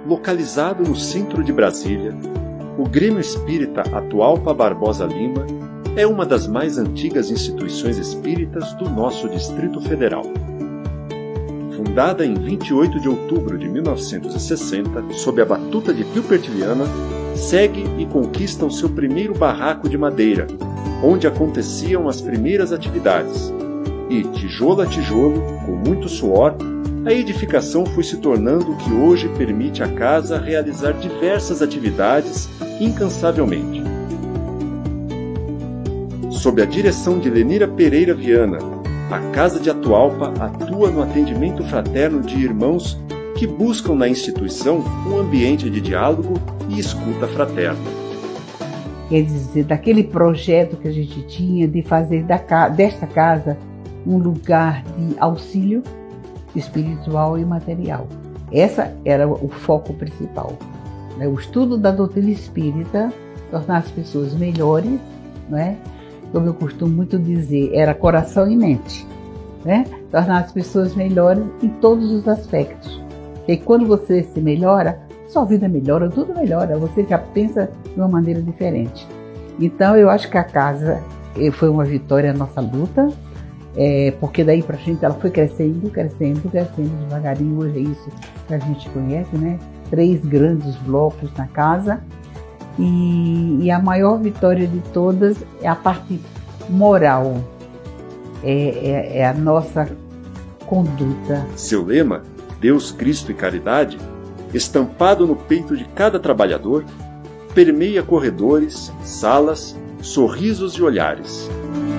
localizado no centro de Brasília, o Grêmio Espírita Atualpa Barbosa Lima é uma das mais antigas instituições espíritas do nosso Distrito Federal. Fundada em 28 de outubro de 1960, sob a batuta de Pio Pertiviana, segue e conquista o seu primeiro barraco de madeira, onde aconteciam as primeiras atividades. E, tijolo a tijolo, com muito suor, a edificação foi se tornando o que hoje permite à casa realizar diversas atividades incansavelmente. Sob a direção de Lenira Pereira Viana, a Casa de Atualpa atua no atendimento fraterno de irmãos que buscam na instituição um ambiente de diálogo e escuta fraterna. Quer dizer, daquele projeto que a gente tinha de fazer desta casa um lugar de auxílio espiritual e material. Esse era o foco principal. Né? O estudo da doutrina espírita, tornar as pessoas melhores, né? Como eu costumo muito dizer, era coração e mente. Né? Tornar as pessoas melhores em todos os aspectos. E quando você se melhora, sua vida melhora, tudo melhora, você já pensa de uma maneira diferente. Então eu acho que a casa foi uma vitória na nossa luta, porque daí pra frente ela foi crescendo devagarinho. Hoje é isso que a gente conhece, né? 3 grandes blocos na casa, e a maior vitória de todas é a parte moral, é a nossa conduta. Seu lema, Deus, Cristo e Caridade, estampado no peito de cada trabalhador, permeia corredores, salas, sorrisos e olhares.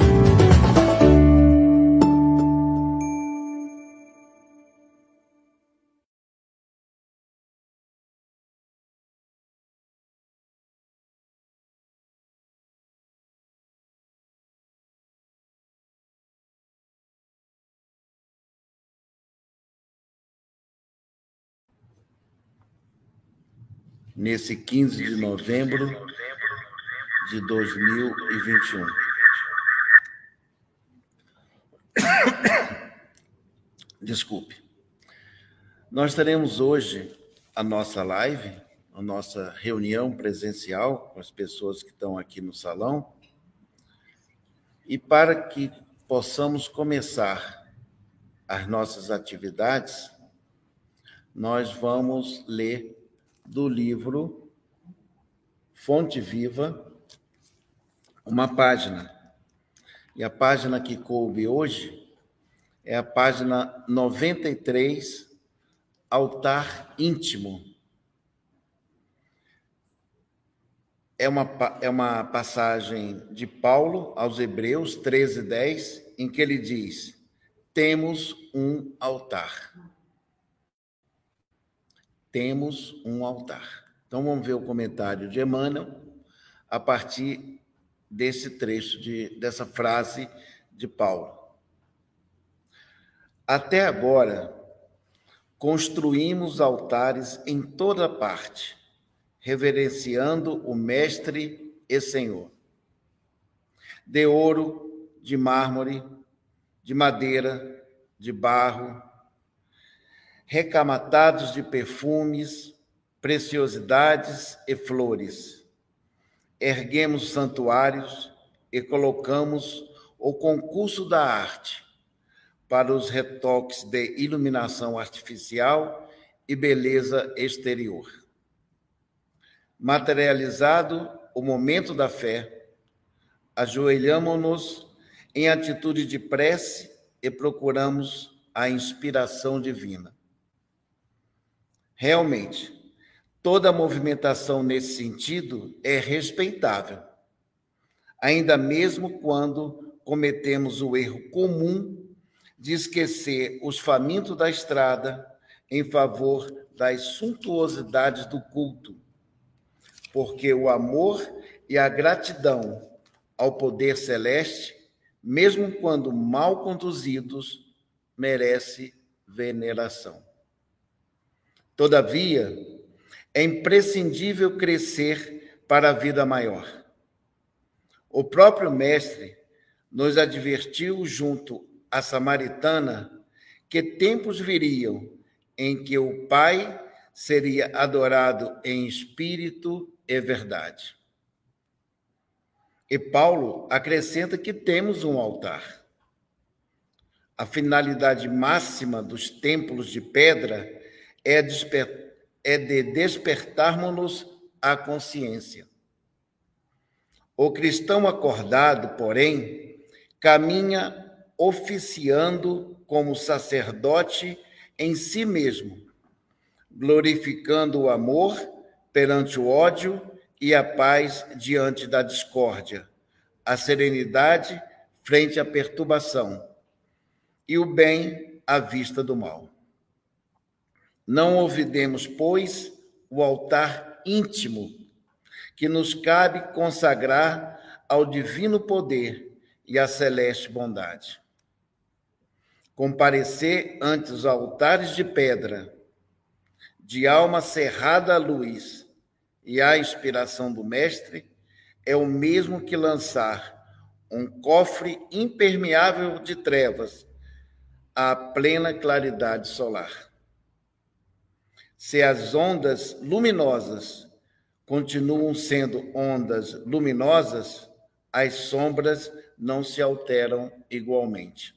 Nesse 15 de novembro de 2021. Desculpe. Nós teremos hoje a nossa live, a nossa reunião presencial com as pessoas que estão aqui no salão. E para que possamos começar as nossas atividades, nós vamos ler do livro Fonte Viva, uma página. E a página que coube hoje é a página 93, Altar Íntimo. É uma passagem de Paulo aos Hebreus 13:10, em que ele diz: temos um altar. Temos um altar. Então, vamos ver o comentário de Emmanuel a partir desse trecho, dessa frase de Paulo. Até agora, construímos altares em toda parte, reverenciando o Mestre e Senhor. De ouro, de mármore, de madeira, de barro, recamatados de perfumes, preciosidades e flores. Erguemos santuários e colocamos o concurso da arte para os retoques de iluminação artificial e beleza exterior. Materializado o momento da fé, ajoelhamo-nos em atitude de prece e procuramos a inspiração divina. Realmente, toda movimentação nesse sentido é respeitável, ainda mesmo quando cometemos o erro comum de esquecer os famintos da estrada em favor das suntuosidades do culto, porque o amor e a gratidão ao poder celeste, mesmo quando mal conduzidos, merece veneração. Todavia, é imprescindível crescer para a vida maior. O próprio Mestre nos advertiu junto à Samaritana que tempos viriam em que o Pai seria adorado em espírito e verdade. E Paulo acrescenta que temos um altar. A finalidade máxima dos templos de pedra é de despertarmos-nos à consciência. O cristão acordado, porém, caminha oficiando como sacerdote em si mesmo, glorificando o amor perante o ódio e a paz diante da discórdia, a serenidade frente à perturbação e o bem à vista do mal. Não olvidemos, pois, o altar íntimo que nos cabe consagrar ao divino poder e à celeste bondade. Comparecer ante os altares de pedra, de alma cerrada à luz e à inspiração do Mestre, é o mesmo que lançar um cofre impermeável de trevas à plena claridade solar. Se as ondas luminosas continuam sendo ondas luminosas, as sombras não se alteram igualmente.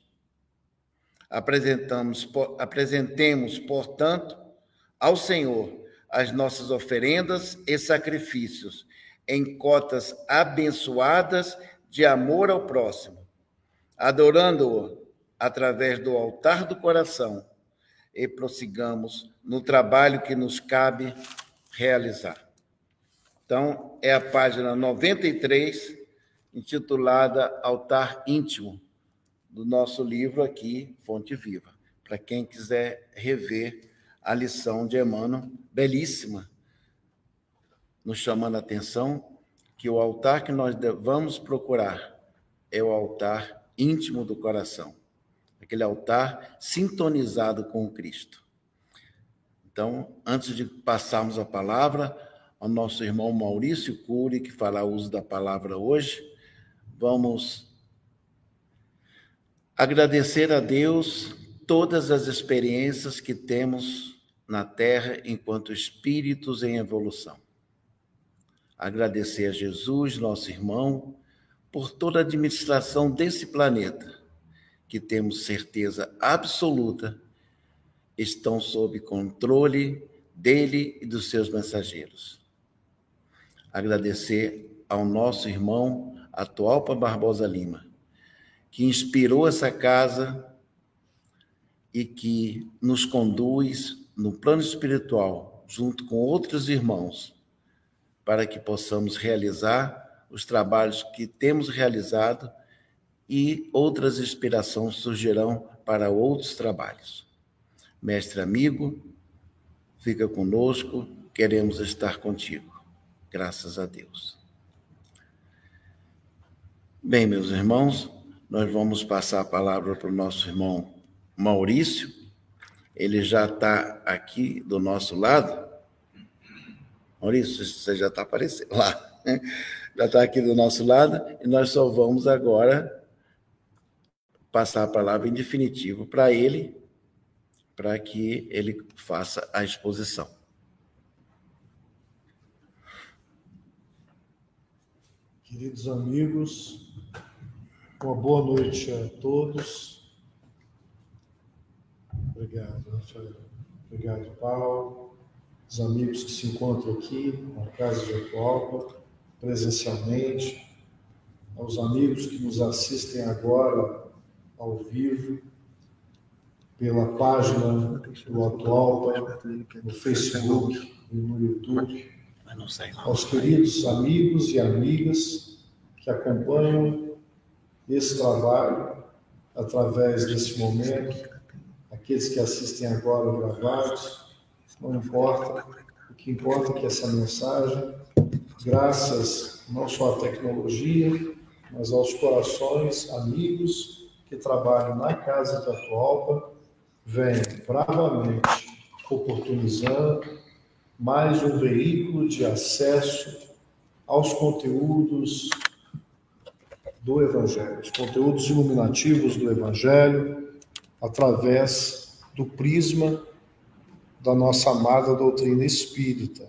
Apresentemos, portanto, ao Senhor as nossas oferendas e sacrifícios em cotas abençoadas de amor ao próximo, adorando-o através do altar do coração, e prossigamos no trabalho que nos cabe realizar. Então, é a página 93, intitulada Altar Íntimo, do nosso livro aqui, Fonte Viva, para quem quiser rever a lição de Emmanuel, belíssima, nos chamando a atenção que o altar que nós devemos procurar é o altar íntimo do coração, aquele altar sintonizado com o Cristo. Então, antes de passarmos a palavra ao nosso irmão Maurício Cury, que fará uso da palavra hoje, vamos agradecer a Deus todas as experiências que temos na Terra enquanto espíritos em evolução. Agradecer a Jesus, nosso irmão, por toda a administração desse planeta, que temos certeza absoluta estão sob controle dele e dos seus mensageiros. Agradecer ao nosso irmão Atahualpa Barbosa Lima, que inspirou essa casa e que nos conduz no plano espiritual, junto com outros irmãos, para que possamos realizar os trabalhos que temos realizado e outras inspirações surgirão para outros trabalhos. Mestre amigo, fica conosco, queremos estar contigo. Graças a Deus. Bem, meus irmãos, nós vamos passar a palavra para o nosso irmão Maurício. Ele já está aqui do nosso lado. Maurício, você já está aparecendo lá. Já está aqui do nosso lado e nós só vamos agora passar a palavra em definitivo para ele, para que ele faça a exposição. Queridos amigos, uma boa noite a todos. Obrigado, Rafael. Obrigado, Paulo. Os amigos que se encontram aqui na casa de Atahualpa, presencialmente, aos amigos que nos assistem agora ao vivo, pela página do Atahualpa, no Facebook e no YouTube, aos queridos amigos e amigas que acompanham esse trabalho através desse momento, aqueles que assistem agora gravados, não importa, o que importa é que essa mensagem, graças não só à tecnologia, mas aos corações amigos que trabalham na casa de Atahualpa, vem bravamente oportunizando mais um veículo de acesso aos conteúdos do Evangelho, os conteúdos iluminativos do Evangelho, através do prisma da nossa amada doutrina espírita.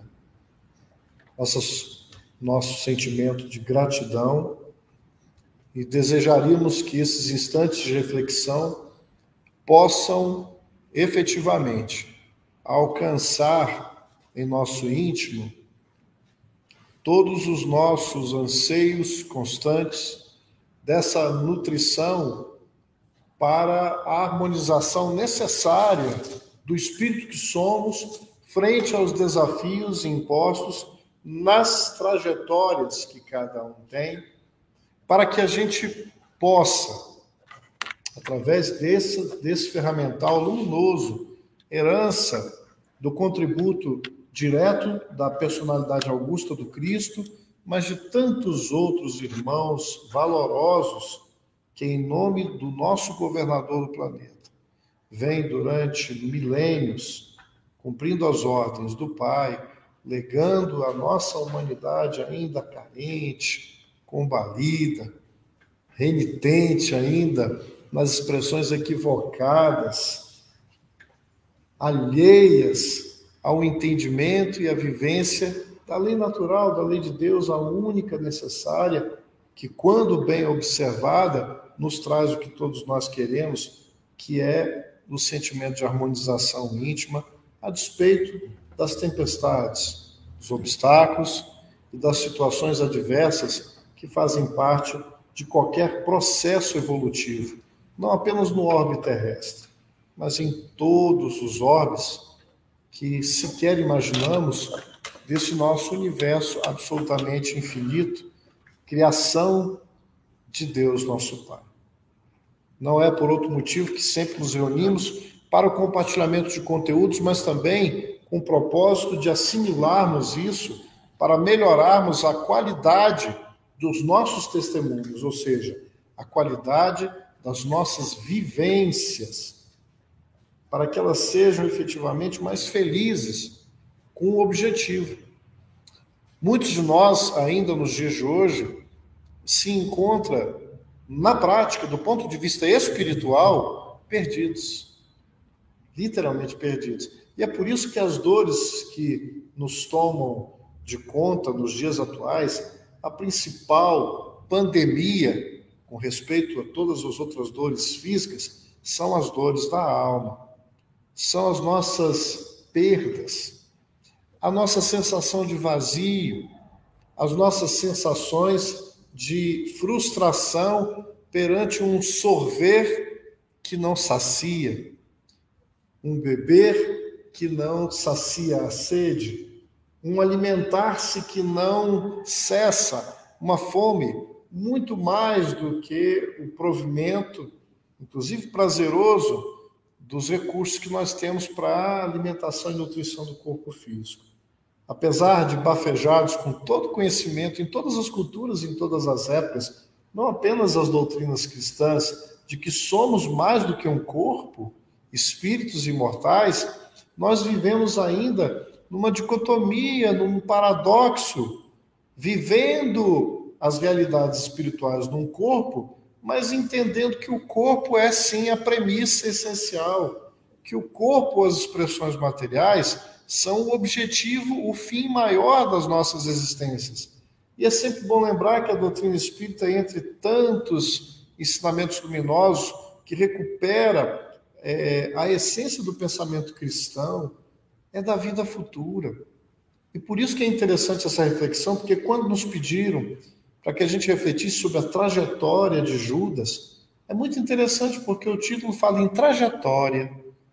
Nosso sentimento de gratidão, e desejaríamos que esses instantes de reflexão possam efetivamente alcançar em nosso íntimo todos os nossos anseios constantes dessa nutrição para a harmonização necessária do espírito que somos frente aos desafios impostos nas trajetórias que cada um tem, para que a gente possa, através desse ferramental luminoso, herança do contributo direto da personalidade augusta do Cristo, mas de tantos outros irmãos valorosos que, em nome do nosso governador do planeta, vem durante milênios cumprindo as ordens do Pai, legando à nossa humanidade ainda carente, combalida, renitente ainda nas expressões equivocadas, alheias ao entendimento e à vivência da lei natural, da lei de Deus, a única necessária, que, quando bem observada, nos traz o que todos nós queremos, que é o sentimento de harmonização íntima, a despeito das tempestades, dos obstáculos e das situações adversas que fazem parte de qualquer processo evolutivo, não apenas no orbe terrestre, mas em todos os orbes que sequer imaginamos desse nosso universo absolutamente infinito, criação de Deus, nosso Pai. Não é por outro motivo que sempre nos reunimos para o compartilhamento de conteúdos, mas também com o propósito de assimilarmos isso para melhorarmos a qualidade dos nossos testemunhos, ou seja, a qualidade das nossas vivências, para que elas sejam efetivamente mais felizes com o objetivo. Muitos de nós, ainda nos dias de hoje, se encontram, na prática, do ponto de vista espiritual, perdidos. Literalmente perdidos. E é por isso que as dores que nos tomam de conta nos dias atuais, a principal pandemia, com respeito a todas as outras dores físicas, são as dores da alma. São as nossas perdas, a nossa sensação de vazio, as nossas sensações de frustração perante um sorver que não sacia, um beber que não sacia a sede, um alimentar-se que não cessa, uma fome muito mais do que o provimento, inclusive prazeroso, dos recursos que nós temos para a alimentação e nutrição do corpo físico. Apesar de bafejados com todo conhecimento em todas as culturas, em todas as épocas, não apenas as doutrinas cristãs, de que somos mais do que um corpo, espíritos imortais, nós vivemos ainda numa dicotomia, num paradoxo, vivendo as realidades espirituais num corpo, mas entendendo que o corpo é, sim, a premissa essencial, que o corpo, as expressões materiais, são o objetivo, o fim maior das nossas existências. E é sempre bom lembrar que a doutrina espírita, entre tantos ensinamentos luminosos, que recupera a essência do pensamento cristão, é da vida futura. E por isso que é interessante essa reflexão, porque quando nos pediram para que a gente refletisse sobre a trajetória de Judas, é muito interessante porque o título fala em trajetória,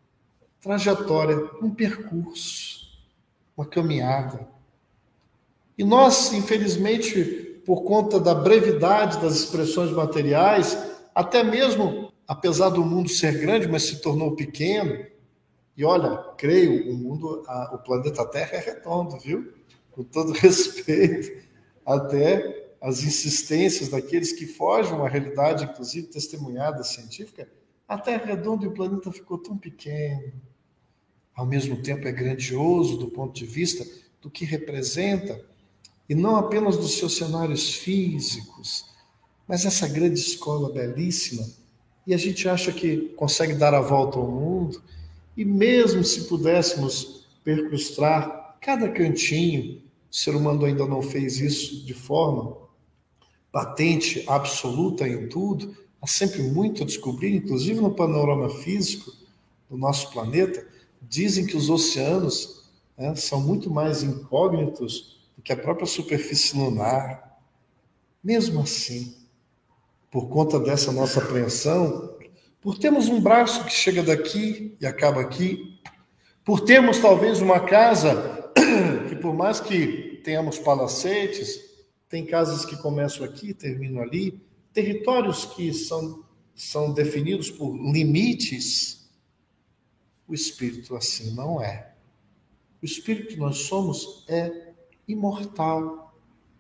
um percurso, uma caminhada. E nós, infelizmente, por conta da brevidade das expressões materiais, até mesmo, apesar do mundo ser grande, mas se tornou pequeno, e olha, creio, o planeta Terra é redondo, viu? Com todo respeito, até as insistências daqueles que fogem à realidade, inclusive testemunhada científica, a Terra é redonda e o planeta ficou tão pequeno. Ao mesmo tempo é grandioso do ponto de vista do que representa, e não apenas dos seus cenários físicos, mas essa grande escola belíssima. E a gente acha que consegue dar a volta ao mundo, E mesmo se pudéssemos percrustar cada cantinho, o ser humano ainda não fez isso de forma patente, absoluta em tudo, há sempre muito a descobrir, inclusive no panorama físico do nosso planeta. Dizem que os oceanos, né, são muito mais incógnitos do que a própria superfície lunar. Mesmo assim, por conta dessa nossa apreensão, por termos um braço que chega daqui e acaba aqui, por termos talvez uma casa que, por mais que tenhamos palacetes, tem casas que começam aqui e terminam ali, territórios que são definidos por limites. O espírito assim não é. O espírito que nós somos é imortal.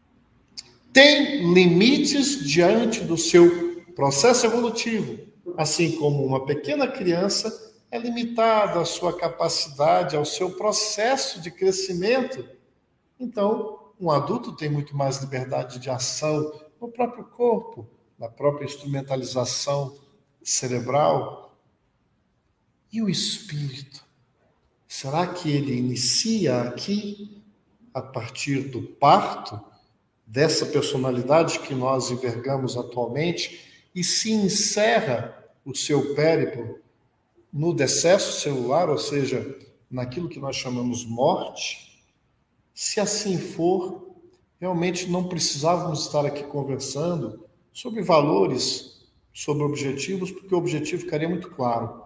Tem limites diante do seu processo evolutivo, assim como uma pequena criança é limitada à sua capacidade, ao seu processo de crescimento. Então, um adulto tem muito mais liberdade de ação no próprio corpo, na própria instrumentalização cerebral. E o espírito? Será que ele inicia aqui, a partir do parto, dessa personalidade que nós envergamos atualmente, e se encerra o seu périplo no decesso celular, ou seja, naquilo que nós chamamos morte? Se assim for, realmente não precisávamos estar aqui conversando sobre valores, sobre objetivos, porque o objetivo ficaria muito claro.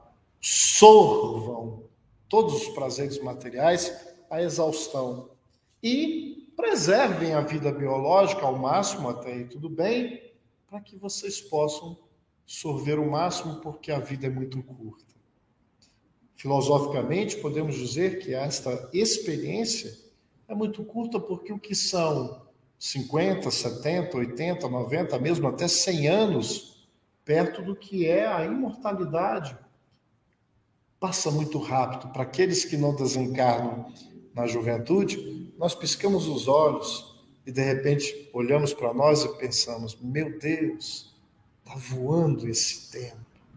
Sorvam todos os prazeres materiais à exaustão e preservem a vida biológica ao máximo, até aí tudo bem, para que vocês possam sorver o máximo, porque a vida é muito curta. Filosoficamente, podemos dizer que esta experiência é muito curta, porque o que são 50, 70, 80, 90, mesmo até 100 anos, perto do que é a imortalidade, passa muito rápido. Para aqueles que não desencarnam na juventude, nós piscamos os olhos e, de repente, olhamos para nós e pensamos, meu Deus, está voando esse tempo.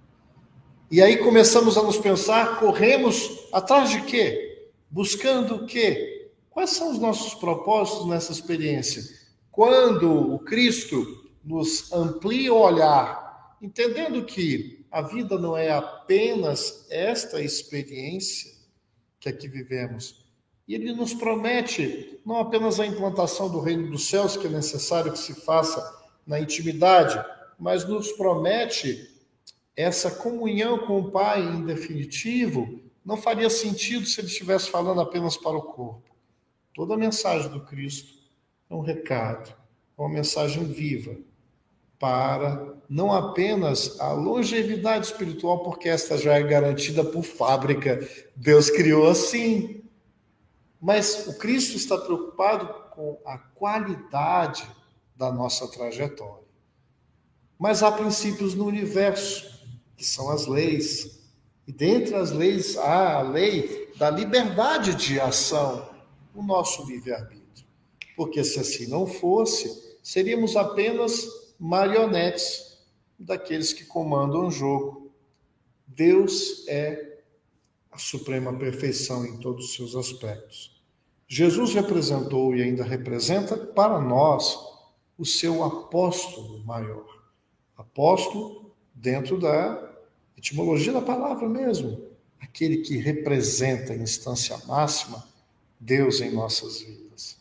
E aí começamos a nos pensar, corremos atrás de quê? Buscando o quê? Quais são os nossos propósitos nessa experiência? Quando o Cristo nos amplia o olhar, entendendo que a vida não é apenas esta experiência que aqui vivemos, e Ele nos promete não apenas a implantação do reino dos céus, que é necessário que se faça na intimidade, mas nos promete essa comunhão com o Pai em definitivo. Não faria sentido se Ele estivesse falando apenas para o corpo. Toda a mensagem do Cristo é um recado, é uma mensagem viva, para não apenas a longevidade espiritual, porque esta já é garantida por fábrica, Deus criou assim, mas o Cristo está preocupado com a qualidade da nossa trajetória. Mas há princípios no universo, que são as leis, e dentre as leis há a lei da liberdade de ação, o nosso livre-arbítrio. Porque se assim não fosse, seríamos apenas marionetes daqueles que comandam o jogo. Deus é a suprema perfeição em todos os seus aspectos. Jesus representou e ainda representa para nós o seu apóstolo maior. Apóstolo dentro da etimologia da palavra mesmo. Aquele que representa em instância máxima Deus em nossas vidas.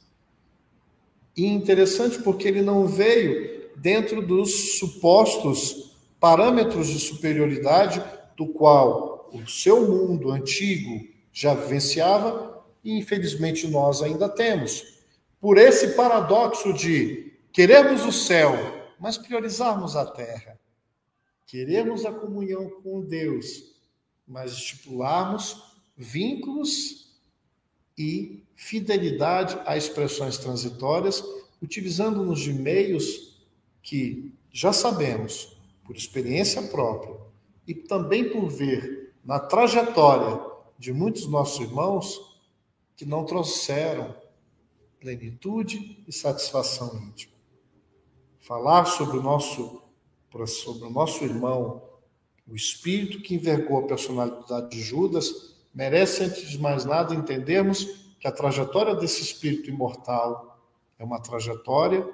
E interessante porque ele não veio dentro dos supostos parâmetros de superioridade do qual o seu mundo antigo já vivenciava e infelizmente nós ainda temos. Por esse paradoxo de queremos o céu, mas priorizarmos a terra. Queremos a comunhão com Deus, mas estipularmos vínculos e fidelidade a expressões transitórias, utilizando-nos de meios que já sabemos, por experiência própria, e também por ver na trajetória de muitos nossos irmãos que não trouxeram plenitude e satisfação íntima. Falar sobre o nosso irmão, o espírito que envergou a personalidade de Judas, merece, antes de mais nada, entendermos que a trajetória desse espírito imortal é uma trajetória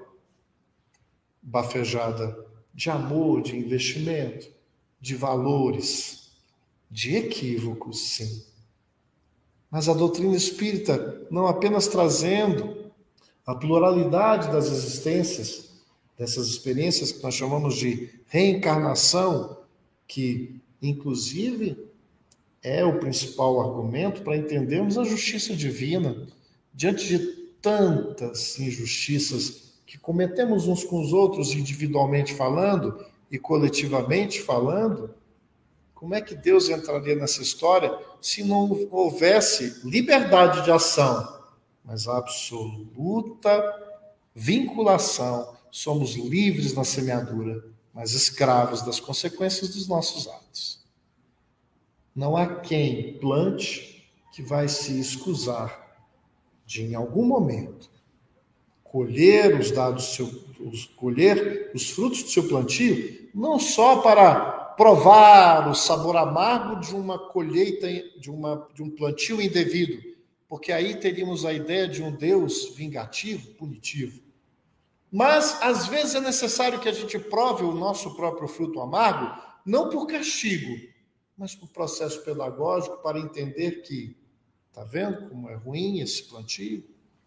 bafejada de amor, de investimento, de valores, de equívocos, sim. Mas a doutrina espírita, não apenas trazendo a pluralidade das existências, dessas experiências que nós chamamos de reencarnação, que, inclusive, é o principal argumento para entendermos a justiça divina, diante de tantas injustiças que cometemos uns com os outros, individualmente falando e coletivamente falando. Como é que Deus entraria nessa história se não houvesse liberdade de ação, mas absoluta vinculação? Somos livres na semeadura, mas escravos das consequências dos nossos atos. Não há quem plante que vai se escusar de, em algum momento, colher colher os frutos do seu plantio, não só para provar o sabor amargo de uma colheita, de um plantio indevido, porque aí teríamos a ideia de um Deus vingativo, punitivo. Mas, às vezes, é necessário que a gente prove o nosso próprio fruto amargo, não por castigo, mas por processo pedagógico, para entender que, está vendo como é ruim esse plantio?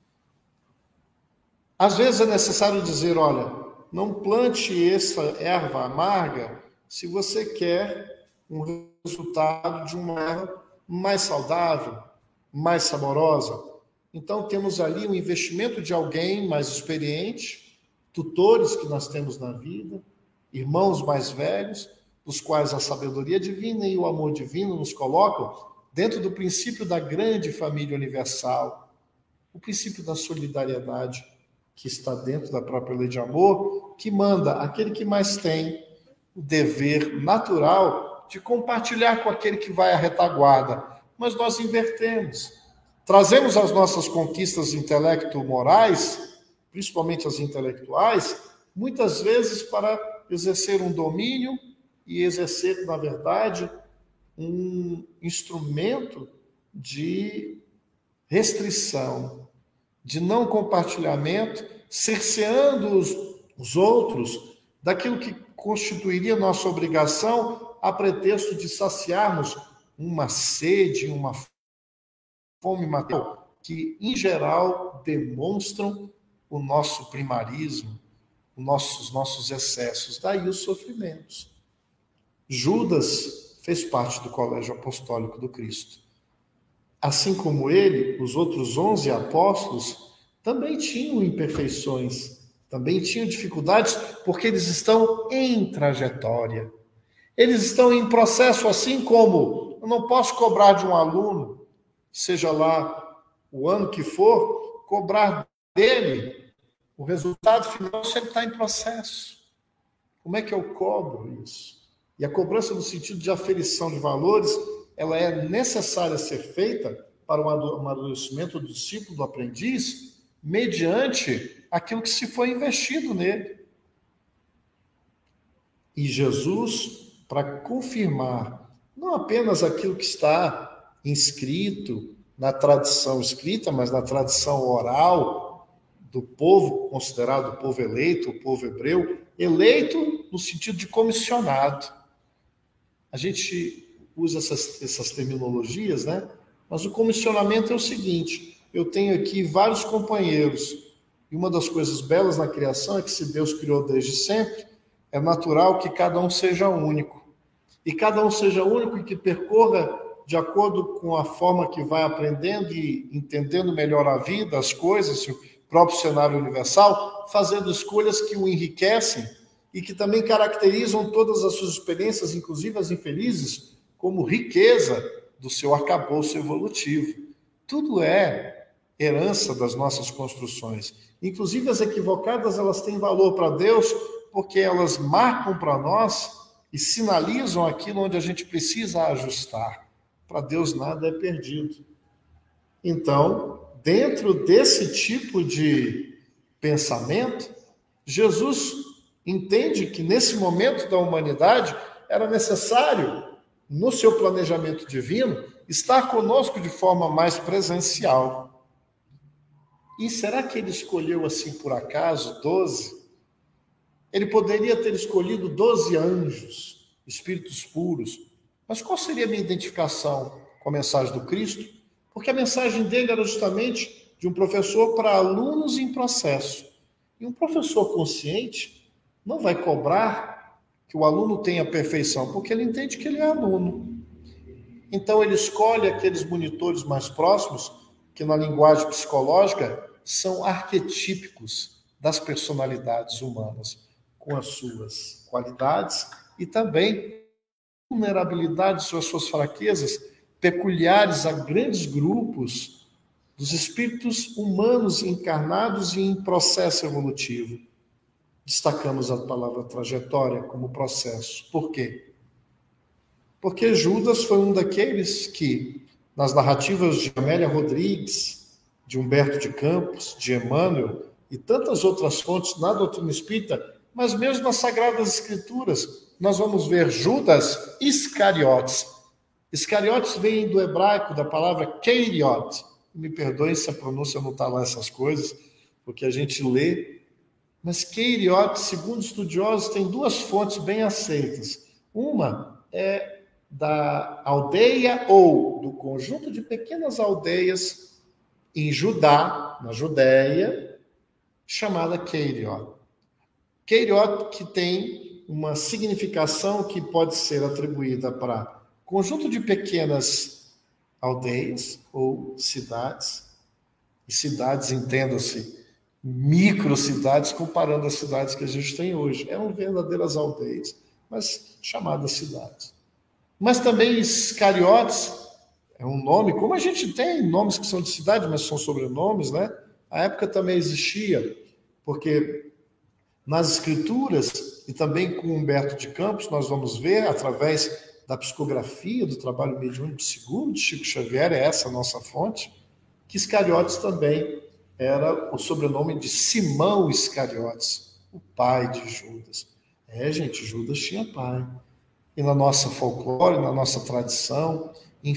Às vezes é necessário dizer, olha, não plante essa erva amarga se você quer um resultado de uma erva mais saudável, mais saborosa. Então temos ali um investimento de alguém mais experiente, tutores que nós temos na vida, irmãos mais velhos, dos quais a sabedoria divina e o amor divino nos colocam dentro do princípio da grande família universal, o princípio da solidariedade, que está dentro da própria lei de amor, que manda aquele que mais tem o dever natural de compartilhar com aquele que vai à retaguarda. Mas nós invertemos. Trazemos as nossas conquistas intelecto-morais, principalmente as intelectuais, muitas vezes para exercer um domínio e exercer, na verdade, um instrumento de restrição, de não compartilhamento, cerceando os outros daquilo que constituiria nossa obrigação a pretexto de saciarmos uma sede, uma fome material, que, em geral, demonstram o nosso primarismo, os nossos excessos, daí os sofrimentos. Judas fez parte do colégio apostólico do Cristo. Assim como ele, os outros 11 apóstolos também tinham imperfeições, também tinham dificuldades, porque eles estão em trajetória. Eles estão em processo, assim como eu não posso cobrar de um aluno, seja lá o ano que for, cobrar dele o resultado final se ele está em processo. Como é que eu cobro isso? E a cobrança no sentido de aferição de valores, ela é necessária ser feita para o amadurecimento do discípulo, do aprendiz, mediante aquilo que se foi investido nele. E Jesus, para confirmar não apenas aquilo que está inscrito na tradição escrita, mas na tradição oral do povo considerado o povo eleito, o povo hebreu, eleito no sentido de comissionado. A gente usa essas terminologias, né? Mas o comissionamento é o seguinte: eu tenho aqui vários companheiros, e uma das coisas belas na criação é que, se Deus criou desde sempre, é natural que cada um seja único. E cada um seja único e que percorra de acordo com a forma que vai aprendendo e entendendo melhor a vida, as coisas, o próprio cenário universal, fazendo escolhas que o enriquecem e que também caracterizam todas as suas experiências, inclusive as infelizes, como riqueza do seu arcabouço evolutivo. Tudo é herança das nossas construções. Inclusive as equivocadas, elas têm valor para Deus, porque elas marcam para nós e sinalizam aquilo onde a gente precisa ajustar. Para Deus nada é perdido. Então, dentro desse tipo de pensamento, Jesus entende que nesse momento da humanidade era necessário, no seu planejamento divino, estar conosco de forma mais presencial. E será que ele escolheu assim por acaso 12? Ele poderia ter escolhido 12 anjos, espíritos puros. Mas qual seria a minha identificação com a mensagem do Cristo? Porque a mensagem dele era justamente de um professor para alunos em processo. E um professor consciente não vai cobrar que o aluno tenha perfeição, porque ele entende que ele é aluno. Então ele escolhe aqueles monitores mais próximos, que na linguagem psicológica são arquetípicos das personalidades humanas, com as suas qualidades e também vulnerabilidades, suas fraquezas peculiares a grandes grupos dos espíritos humanos encarnados e em processo evolutivo. Destacamos a palavra trajetória como processo. Por quê? Porque Judas foi um daqueles que, nas narrativas de Amélia Rodrigues, de Humberto de Campos, de Emmanuel e tantas outras fontes na doutrina espírita, mas mesmo nas Sagradas Escrituras, nós vamos ver Judas Iscariotes. Iscariotes vem do hebraico, da palavra keiriot. Me perdoem se a pronúncia não está lá essas coisas, porque a gente lê. Mas keiriot, segundo estudiosos, tem duas fontes bem aceitas. Uma é da aldeia ou do conjunto de pequenas aldeias em Judá, na Judéia, chamada keiriot. Keiriot que tem uma significação que pode ser atribuída para conjunto de pequenas aldeias ou cidades, e cidades, entenda-se, microcidades, comparando as cidades que a gente tem hoje. Eram verdadeiras aldeias, mas chamadas cidades. Mas também Iscariotes é um nome, como a gente tem nomes que são de cidade, mas são sobrenomes, né? A época também existia, porque nas escrituras, e também com Humberto de Campos, nós vamos ver, através da psicografia, do trabalho mediúnico segundo de Chico Xavier, é essa a nossa fonte, que Iscariotes também era o sobrenome de Simão Iscariotes, o pai de Judas. Gente, Judas tinha pai. E na nossa folclore, na nossa tradição,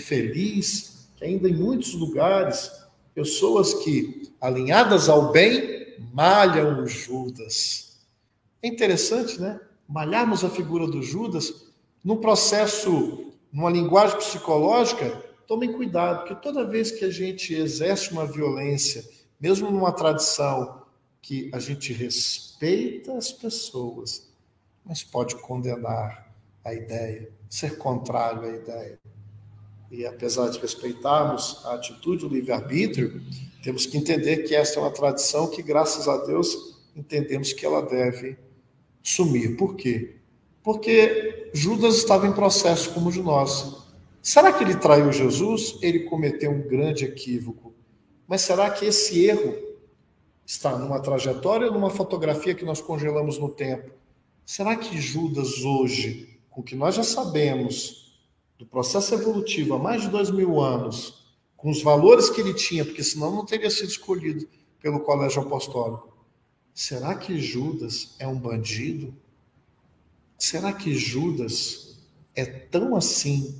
infeliz, que ainda em muitos lugares, pessoas que, alinhadas ao bem, malham o Judas. É interessante, né? Malharmos a figura do Judas num processo, numa linguagem psicológica. Tomem cuidado, porque toda vez que a gente exerce uma violência, mesmo numa tradição que a gente respeita as pessoas, mas pode condenar a ideia, ser contrário à ideia. E apesar de respeitarmos a atitude, o livre-arbítrio, temos que entender que essa é uma tradição que, graças a Deus, entendemos que ela deve sumir. Por quê? Porque Judas estava em processo como de nós. Será que ele traiu Jesus? Ele cometeu um grande equívoco. Mas será que esse erro está numa trajetória ou numa fotografia que nós congelamos no tempo? Será que Judas hoje, com o que nós já sabemos do processo evolutivo há mais de 2000 anos, com os valores que ele tinha, porque senão não teria sido escolhido pelo colégio apostólico, será que Judas é um bandido? Será que Judas é tão assim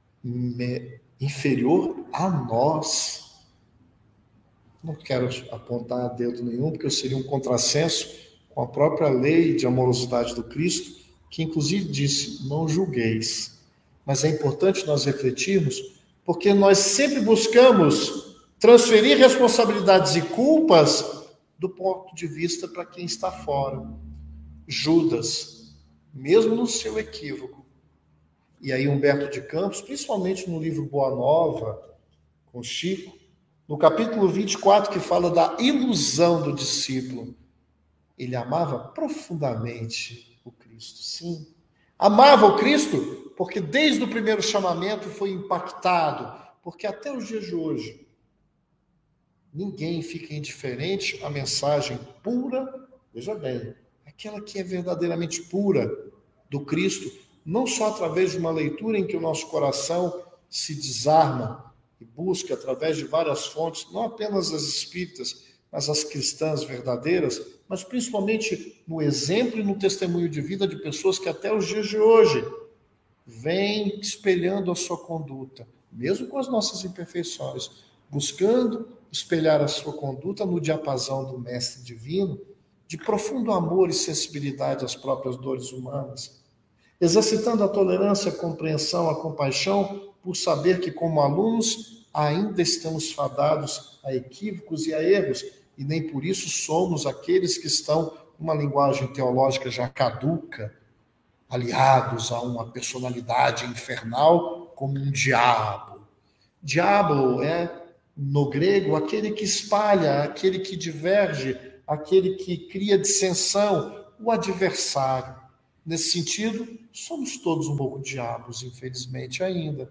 inferior a nós? Não quero apontar a dedo nenhum, porque eu seria um contrassenso com a própria lei de amorosidade do Cristo, que inclusive disse, não julgueis. Mas é importante nós refletirmos, porque nós sempre buscamos transferir responsabilidades e culpas do ponto de vista para quem está fora. Judas, mesmo no seu equívoco, e aí Humberto de Campos, principalmente no livro Boa Nova, com Chico, no capítulo 24, que fala da ilusão do discípulo, ele amava profundamente o Cristo, sim. Amava o Cristo porque desde o primeiro chamamento foi impactado, porque até os dias de hoje, ninguém fica indiferente à mensagem pura, veja bem, aquela que é verdadeiramente pura do Cristo, não só através de uma leitura em que o nosso coração se desarma e busca através de várias fontes, não apenas as espíritas, mas as cristãs verdadeiras, mas principalmente no exemplo e no testemunho de vida de pessoas que até os dias de hoje vêm espelhando a sua conduta, mesmo com as nossas imperfeições, buscando espelhar a sua conduta no diapasão do Mestre Divino, de profundo amor e sensibilidade às próprias dores humanas, exercitando a tolerância, a compreensão, a compaixão, por saber que, como alunos, ainda estamos fadados a equívocos e a erros, e nem por isso somos aqueles que estão, uma linguagem teológica já caduca, aliados a uma personalidade infernal como um diabo. Diabo é, no grego, aquele que espalha, aquele que diverge, aquele que cria dissensão, o adversário. Nesse sentido, somos todos um pouco diabos, infelizmente, ainda.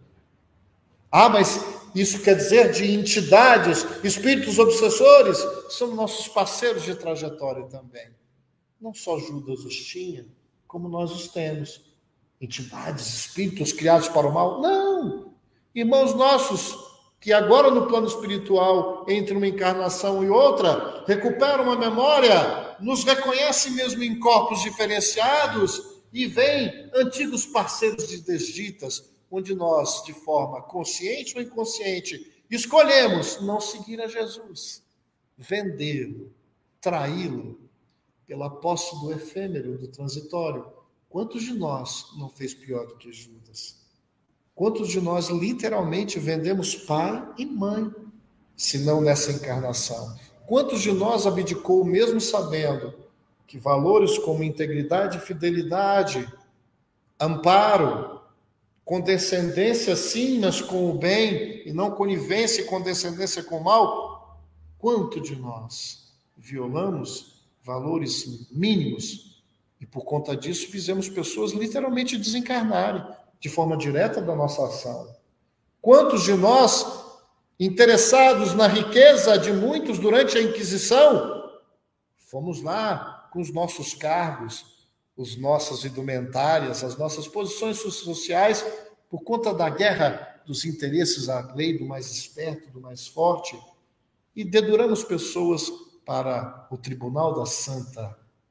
Mas isso quer dizer de entidades, espíritos obsessores, são nossos parceiros de trajetória também. Não só Judas os tinha, como nós os temos. Entidades, espíritos criados para o mal? Não! Irmãos nossos, que agora no plano espiritual, entre uma encarnação e outra, recuperam a memória, nos reconhecem mesmo em corpos diferenciados e veem antigos parceiros de desditas, onde nós, de forma consciente ou inconsciente, escolhemos não seguir a Jesus, vendê-lo, traí-lo, pela posse do efêmero, do transitório. Quantos de nós não fez pior do que Judas? Quantos de nós literalmente vendemos pai e mãe, se não nessa encarnação? Quantos de nós abdicou, mesmo sabendo que valores como integridade e fidelidade, amparo, condescendência sim, mas com o bem, e não conivência e condescendência com o mal, quanto de nós violamos valores mínimos e por conta disso fizemos pessoas literalmente desencarnarem de forma direta da nossa ação? Quantos de nós, interessados na riqueza de muitos durante a Inquisição, fomos lá com os nossos cargos, as nossas indumentárias, as nossas posições sociais, por conta da guerra dos interesses à lei do mais esperto, do mais forte, e deduramos pessoas para o tribunal da Santa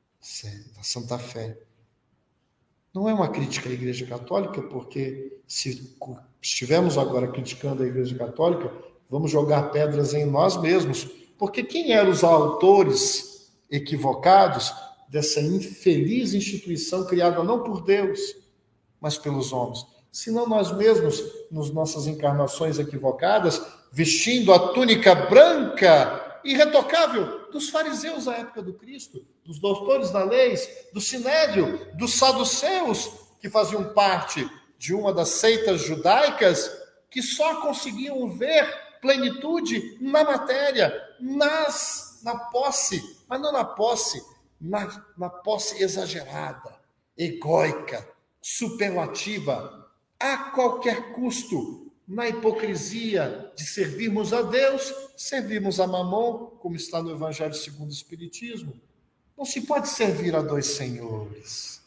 Fé. Não é uma crítica à Igreja Católica, porque se estivermos agora criticando a Igreja Católica, vamos jogar pedras em nós mesmos, porque quem eram os autores equivocados dessa infeliz instituição criada não por Deus, mas pelos homens? Senão nós mesmos, nas nossas encarnações equivocadas, vestindo a túnica branca, irretocável, dos fariseus da época do Cristo, dos doutores da lei, do Sinédrio, dos saduceus, que faziam parte de uma das seitas judaicas, que só conseguiam ver plenitude na matéria, na posse, mas não na posse, na posse exagerada, egóica, superlativa, a qualquer custo, na hipocrisia de servirmos a Deus, servirmos a Mamon, como está no Evangelho segundo o Espiritismo. Não se pode servir a dois senhores.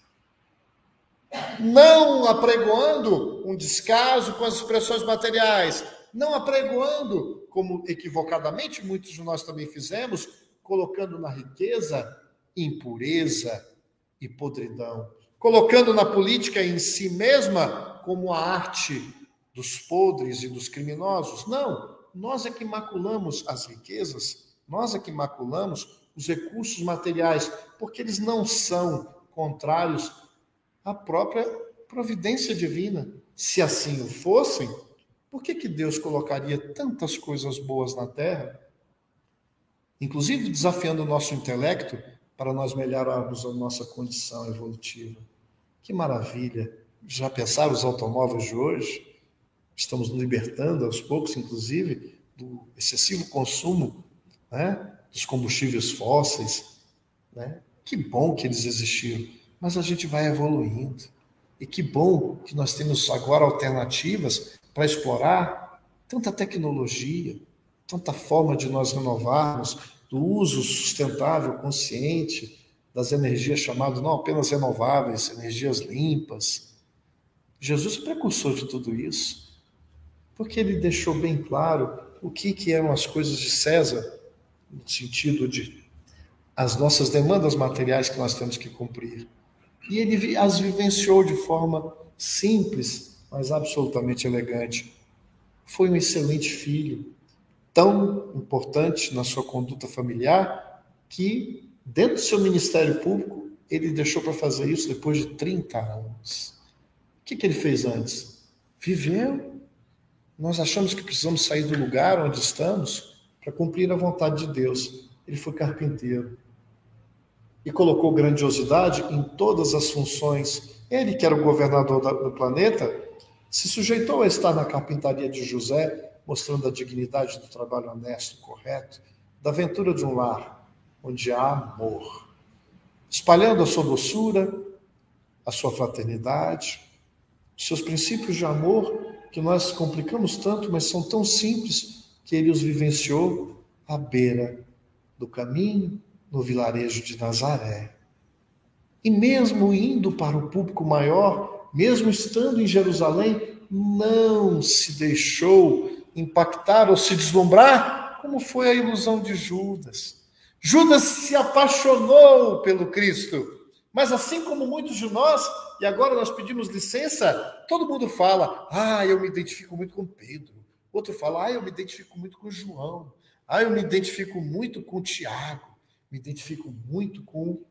Não apregoando um descaso com as expressões materiais, não apregoando, como equivocadamente muitos de nós também fizemos, colocando na riqueza impureza e podridão, colocando na política em si mesma como a arte dos podres e dos criminosos. Não, nós é que maculamos as riquezas, nós é que maculamos os recursos materiais, porque eles não são contrários à própria providência divina. Se assim o fossem, por que Deus colocaria tantas coisas boas na Terra, inclusive desafiando o nosso intelecto para nós melhorarmos a nossa condição evolutiva? Que maravilha! Já pensaram os automóveis de hoje? Estamos nos libertando aos poucos, inclusive, do excessivo consumo, né, dos combustíveis fósseis, né? Que bom que eles existiram, mas a gente vai evoluindo. E que bom que nós temos agora alternativas para explorar tanta tecnologia, tanta forma de nós renovarmos, do uso sustentável, consciente, das energias chamadas não apenas renováveis, energias limpas. Jesus é precursor de tudo isso, porque ele deixou bem claro o que eram as coisas de César, no sentido de as nossas demandas materiais que nós temos que cumprir. E ele as vivenciou de forma simples, mas absolutamente elegante. foi um excelente filho, tão importante na sua conduta familiar, que dentro do seu ministério público, ele deixou para fazer isso depois de 30 anos. O que ele fez antes? Viveu. Nós achamos que precisamos sair do lugar onde estamos para cumprir a vontade de Deus. Ele foi carpinteiro. E colocou grandiosidade em todas as funções. Ele, que era o governador do planeta, se sujeitou a estar na carpintaria de José, mostrando a dignidade do trabalho honesto, correto, da aventura de um lar, onde há amor. Espalhando a sua doçura, a sua fraternidade, os seus princípios de amor, que nós complicamos tanto, mas são tão simples, que ele os vivenciou à beira do caminho, no vilarejo de Nazaré. E mesmo indo para o público maior, mesmo estando em Jerusalém, não se deixou impactar ou se deslumbrar, como foi a ilusão de Judas. Judas se apaixonou pelo Cristo, mas assim como muitos de nós, e agora nós pedimos licença, todo mundo fala, eu me identifico muito com Pedro. Outro fala, eu me identifico muito com João. Eu me identifico muito com Tiago. Me identifico muito com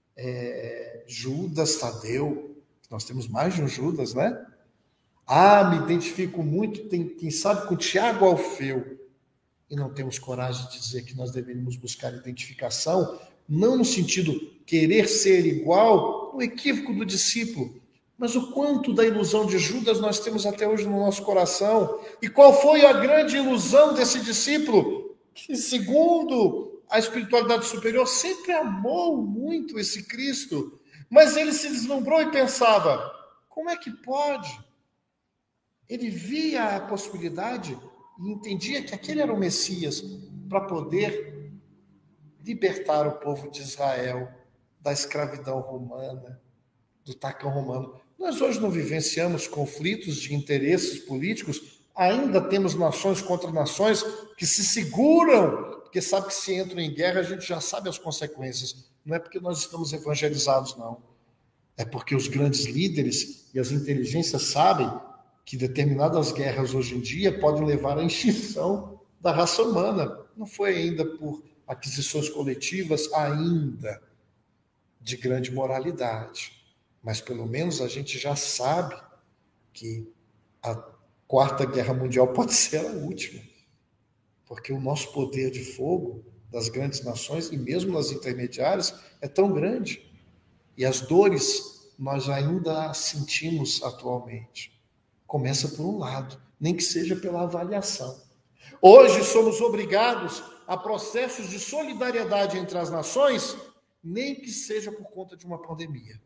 Judas Tadeu. Nós temos mais de um Judas, né? Me identifico muito, quem sabe, com Tiago Alfeu. E não temos coragem de dizer que nós deveríamos buscar identificação, não no sentido querer ser igual, no equívoco do discípulo, mas o quanto da ilusão de Judas nós temos até hoje no nosso coração. E qual foi a grande ilusão desse discípulo? Que, segundo a espiritualidade superior, sempre amou muito esse Cristo, mas ele se deslumbrou e pensava, como é que pode? Ele via a possibilidade e entendia que aquele era o Messias para poder libertar o povo de Israel da escravidão romana, do tacão romano. Nós hoje não vivenciamos conflitos de interesses políticos, ainda temos nações contra nações que se seguram, porque sabe que se entram em guerra a gente já sabe as consequências. Não é porque nós estamos evangelizados, não. É porque os grandes líderes e as inteligências sabem que determinadas guerras hoje em dia podem levar à extinção da raça humana. Não foi ainda por aquisições coletivas, ainda de grande moralidade. Mas pelo menos a gente já sabe que a Quarta Guerra Mundial pode ser a última. Porque o nosso poder de fogo das grandes nações, e mesmo nas intermediárias, é tão grande. E as dores nós ainda sentimos atualmente. Começa por um lado, nem que seja pela avaliação. Hoje somos obrigados a processos de solidariedade entre as nações, nem que seja por conta de uma pandemia.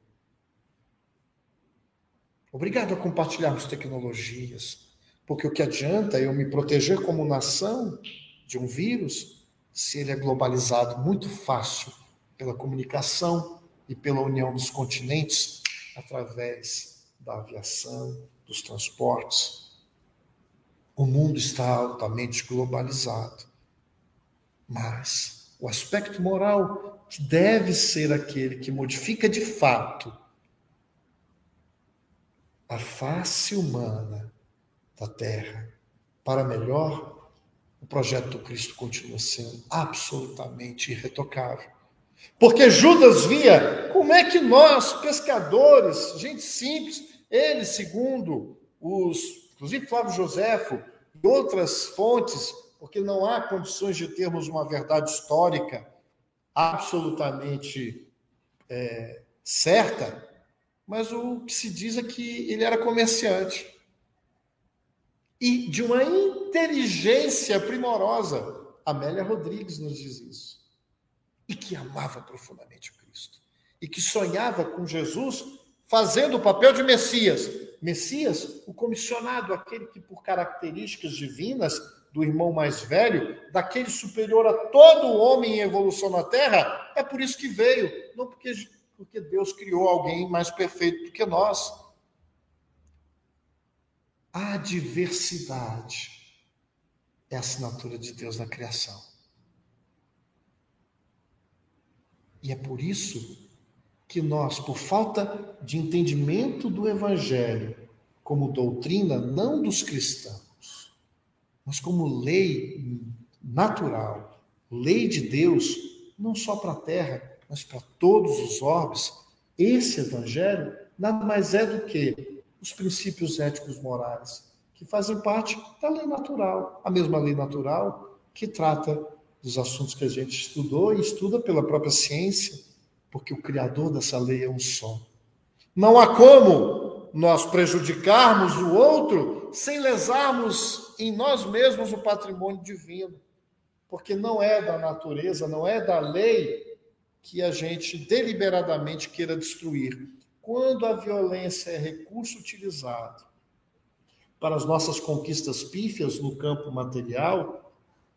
Obrigado a compartilharmos tecnologias, porque o que adianta eu me proteger como nação de um vírus, se ele é globalizado muito fácil pela comunicação e pela união dos continentes, através da aviação, dos transportes. O mundo está altamente globalizado. Mas o aspecto moral que deve ser aquele que modifica de fato a face humana da Terra para melhor, o projeto do Cristo continua sendo absolutamente irretocável. Porque Judas via como é que nós, pescadores, gente simples, ele, segundo inclusive Flávio Joséfo e outras fontes, porque não há condições de termos uma verdade histórica absolutamente certa, mas o que se diz é que ele era comerciante. E de uma inteligência primorosa. Amélia Rodrigues nos diz isso. E que amava profundamente o Cristo. E que sonhava com Jesus fazendo o papel de Messias. Messias, o comissionado, aquele que por características divinas do irmão mais velho, daquele superior a todo homem em evolução na Terra, é por isso que veio. Não porque Deus criou alguém mais perfeito do que nós. A diversidade é a assinatura de Deus na criação. E é por isso que nós, por falta de entendimento do Evangelho como doutrina, não dos cristãos, mas como lei natural, lei de Deus, não só para a terra, mas para todos os orbes. Esse evangelho nada mais é do que os princípios éticos morais, que fazem parte da lei natural, a mesma lei natural que trata dos assuntos que a gente estudou e estuda pela própria ciência, porque o criador dessa lei é um só. Não há como nós prejudicarmos o outro sem lesarmos em nós mesmos o patrimônio divino, porque não é da natureza, não é da lei que a gente deliberadamente queira destruir. Quando a violência é recurso utilizado para as nossas conquistas pífias no campo material,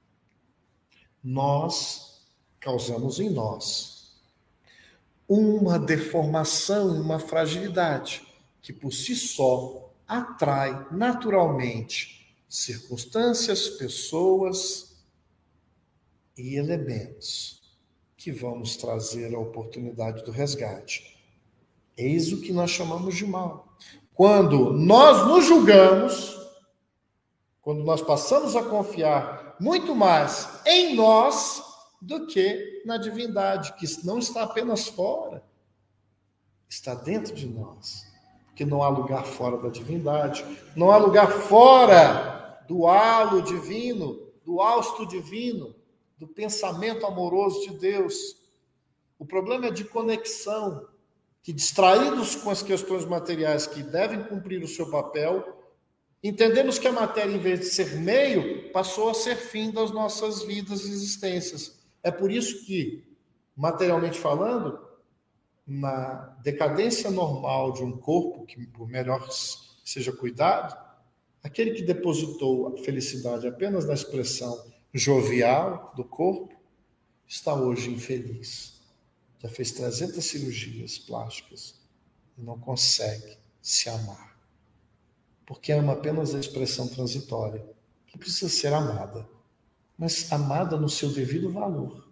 nós causamos em nós uma deformação e uma fragilidade que, por si só, atrai naturalmente circunstâncias, pessoas e elementos que vão nos trazer a oportunidade do resgate. Eis o que nós chamamos de mal. Quando nós nos julgamos, quando nós passamos a confiar muito mais em nós do que na divindade, que não está apenas fora, está dentro de nós. Porque não há lugar fora da divindade, não há lugar fora do halo divino, do hausto divino, do pensamento amoroso de Deus. O problema é de conexão, que distraídos com as questões materiais que devem cumprir o seu papel, entendemos que a matéria, em vez de ser meio, passou a ser fim das nossas vidas e existências. É por isso que, materialmente falando, na decadência normal de um corpo, que por melhor seja cuidado, aquele que depositou a felicidade apenas na expressão jovial do corpo, está hoje infeliz. Já fez 300 cirurgias plásticas e não consegue se amar. Porque ama apenas a expressão transitória, que precisa ser amada, mas amada no seu devido valor.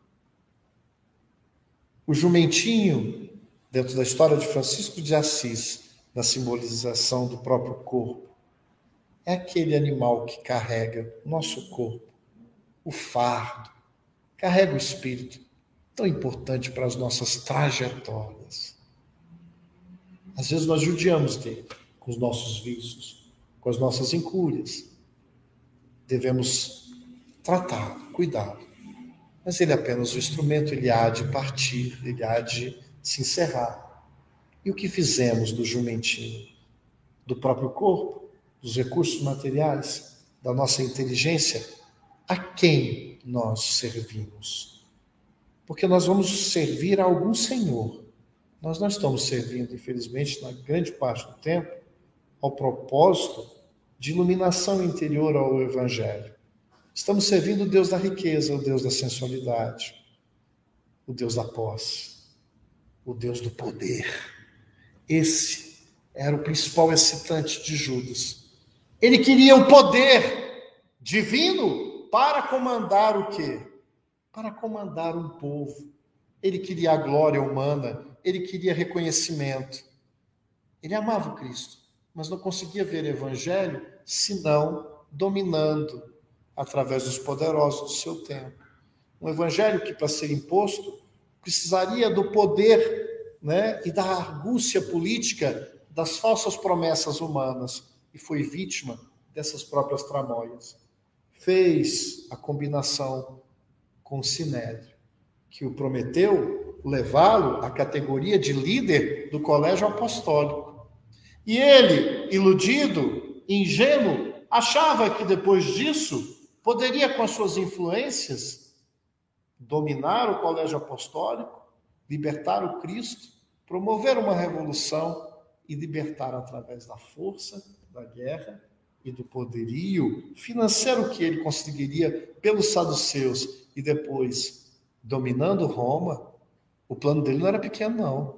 O jumentinho, dentro da história de Francisco de Assis, na simbolização do próprio corpo, é aquele animal que carrega o nosso corpo, o fardo, carrega o espírito, tão importante para as nossas trajetórias. Às vezes nós judiamos dele, com os nossos vícios, com as nossas incúrias. Devemos tratá-lo, cuidá-lo. Mas ele é apenas o instrumento, ele há de partir, ele há de se encerrar. E o que fizemos do jumentinho? Do próprio corpo, dos recursos materiais, da nossa inteligência? A quem nós servimos? Porque nós vamos servir a algum Senhor. Nós não estamos servindo, infelizmente, na grande parte do tempo, ao propósito de iluminação interior ao Evangelho. Estamos servindo o Deus da riqueza, o Deus da sensualidade, o Deus da posse, o Deus do poder. Esse era o principal excitante de Judas. Ele queria o poder divino para comandar o quê? Para comandar um povo. Ele queria a glória humana, ele queria reconhecimento. Ele amava o Cristo, mas não conseguia ver o Evangelho senão dominando através dos poderosos do seu tempo. Um Evangelho que, para ser imposto, precisaria do poder, né, e da argúcia política das falsas promessas humanas, e foi vítima dessas próprias tramóias. Fez a combinação com o Sinédrio, que o prometeu levá-lo à categoria de líder do colégio apostólico. E ele, iludido, ingênuo, achava que depois disso poderia, com as suas influências, dominar o colégio apostólico, libertar o Cristo, promover uma revolução e libertar através da força, da guerra e do poderio financeiro que ele conseguiria pelos saduceus e depois dominando Roma. O plano dele não era pequeno, não.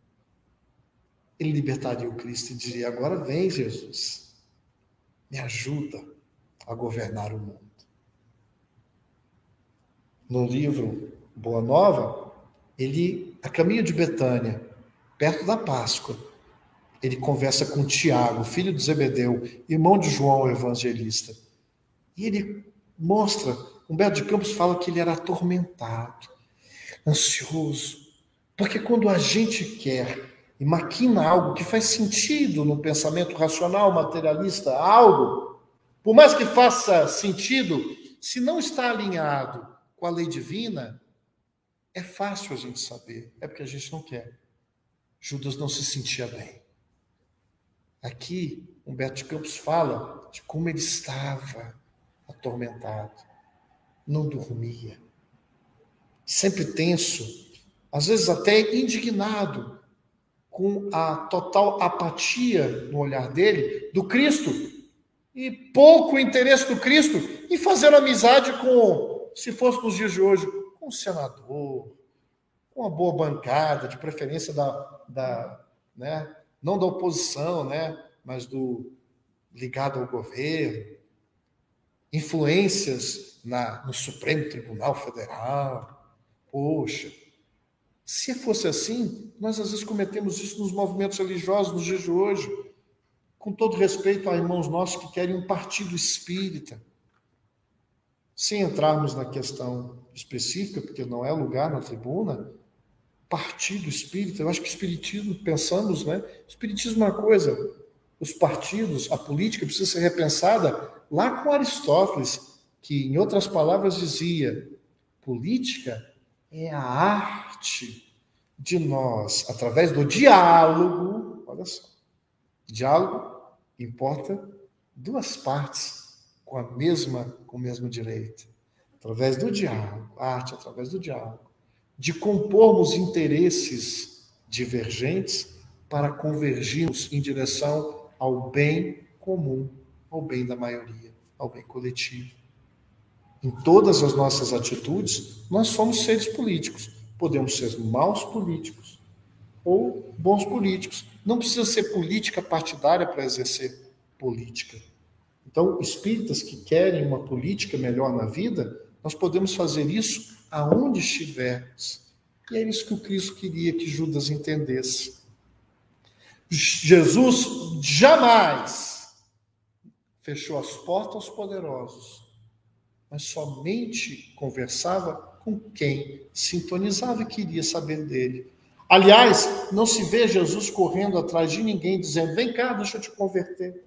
Ele libertaria o Cristo e diria: agora vem, Jesus, me ajuda a governar o mundo. No livro Boa Nova, ele, a caminho de Betânia, perto da Páscoa, ele conversa com Tiago, filho de Zebedeu, irmão de João o Evangelista. E ele mostra, Humberto de Campos fala que ele era atormentado, ansioso, porque quando a gente quer e maquina algo que faz sentido no pensamento racional, materialista, algo, por mais que faça sentido, se não está alinhado com a lei divina, é fácil a gente saber, é porque a gente não quer. Judas não se sentia bem. Aqui, Humberto de Campos fala de como ele estava atormentado, não dormia, sempre tenso, às vezes até indignado, com a total apatia no olhar dele do Cristo e pouco interesse do Cristo em fazer amizade com, se fosse nos dias de hoje, com um senador, com uma boa bancada, de preferência né, não da oposição, né, mas ligado ao governo, influências no Supremo Tribunal Federal. Poxa, se fosse assim, nós às vezes cometemos isso nos movimentos religiosos nos dias de hoje, com todo respeito a irmãos nossos que querem um partido espírita. Sem entrarmos na questão específica, porque não é lugar na tribuna, partido espírita, eu acho que o espiritismo, pensamos, né? O espiritismo é uma coisa, os partidos, a política precisa ser repensada lá com Aristóteles, que, em outras palavras, dizia: política é a arte de nós, através do diálogo, olha só, diálogo importa duas partes com o mesmo direito, através do diálogo, a arte através do diálogo, de compormos interesses divergentes para convergirmos em direção ao bem comum, ao bem da maioria, ao bem coletivo. Em todas as nossas atitudes, nós somos seres políticos. Podemos ser maus políticos ou bons políticos. Não precisa ser política partidária para exercer política. Então, espíritas que querem uma política melhor na vida, nós podemos fazer isso aonde estivermos. E é isso que o Cristo queria que Judas entendesse. Jesus jamais fechou as portas aos poderosos, mas somente conversava com quem sintonizava e queria saber dele. Aliás, não se vê Jesus correndo atrás de ninguém, dizendo: vem cá, deixa eu te converter.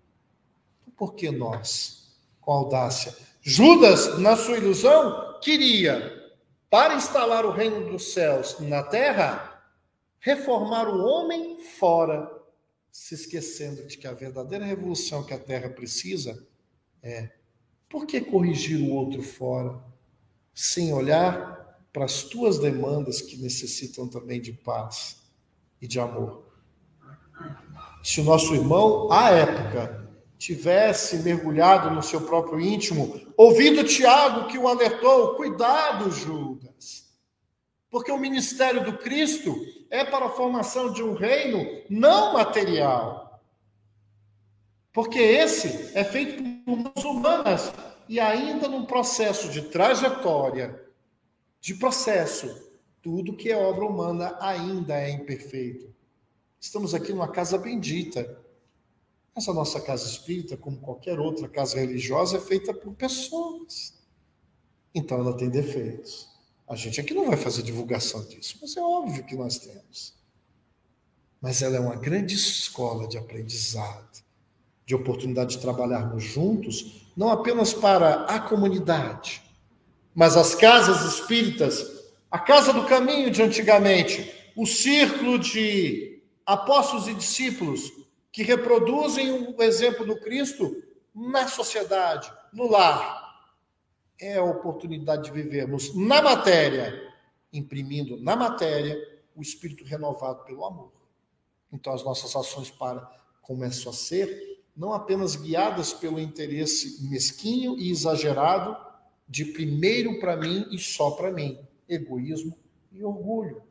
Por que nós, com audácia? Judas, na sua ilusão, queria, para instalar o reino dos céus na terra, reformar o homem fora, se esquecendo de que a verdadeira revolução que a terra precisa é: por que corrigir o outro fora, sem olhar para as tuas demandas que necessitam também de paz e de amor? Se o nosso irmão, à época, tivesse mergulhado no seu próprio íntimo, ouvindo Tiago que o alertou: cuidado, Judas, porque o ministério do Cristo é para a formação de um reino não material. Porque esse é feito por mãos humanas e ainda num processo de trajetória, de processo. Tudo que é obra humana ainda é imperfeito. Estamos aqui numa casa bendita. Mas a nossa casa espírita, como qualquer outra casa religiosa, é feita por pessoas. Então ela tem defeitos. A gente aqui não vai fazer divulgação disso, mas é óbvio que nós temos. Mas ela é uma grande escola de aprendizado, de oportunidade de trabalharmos juntos, não apenas para a comunidade, mas as casas espíritas, a Casa do Caminho de antigamente, o círculo de apóstolos e discípulos que reproduzem o exemplo do Cristo na sociedade, no lar. É a oportunidade de vivermos na matéria, imprimindo na matéria o espírito renovado pelo amor. Então as nossas ações começam a ser não apenas guiadas pelo interesse mesquinho e exagerado de primeiro para mim e só para mim, egoísmo e orgulho.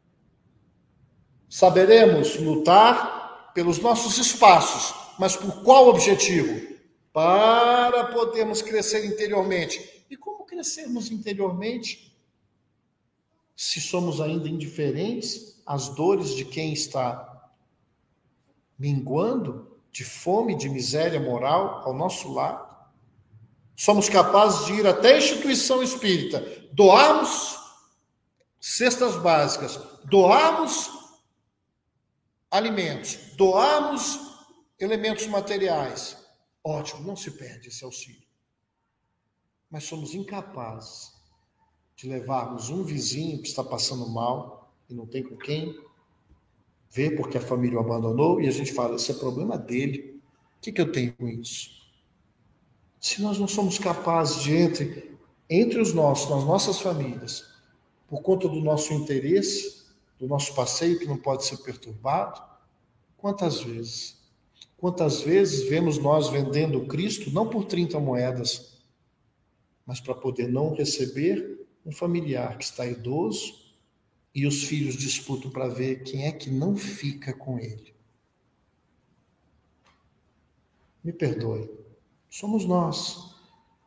Saberemos lutar pelos nossos espaços, mas por qual objetivo? Para podermos crescer interiormente. E como crescermos interiormente se somos ainda indiferentes às dores de quem está minguando de fome, de miséria moral ao nosso lado? Somos capazes de ir até a instituição espírita, doarmos cestas básicas, doarmos alimentos, doarmos elementos materiais. Ótimo, não se perde esse auxílio. Mas somos incapazes de levarmos um vizinho que está passando mal e não tem com quem ver porque a família o abandonou, e a gente fala, esse é problema dele. O que eu tenho com isso? Se nós não somos capazes de, entre os nossos, nas nossas famílias, por conta do nosso interesse, do nosso passeio que não pode ser perturbado, quantas vezes vemos nós vendendo o Cristo, não por 30 moedas, mas para poder não receber um familiar que está idoso e os filhos disputam para ver quem é que não fica com ele. Me perdoe, somos nós.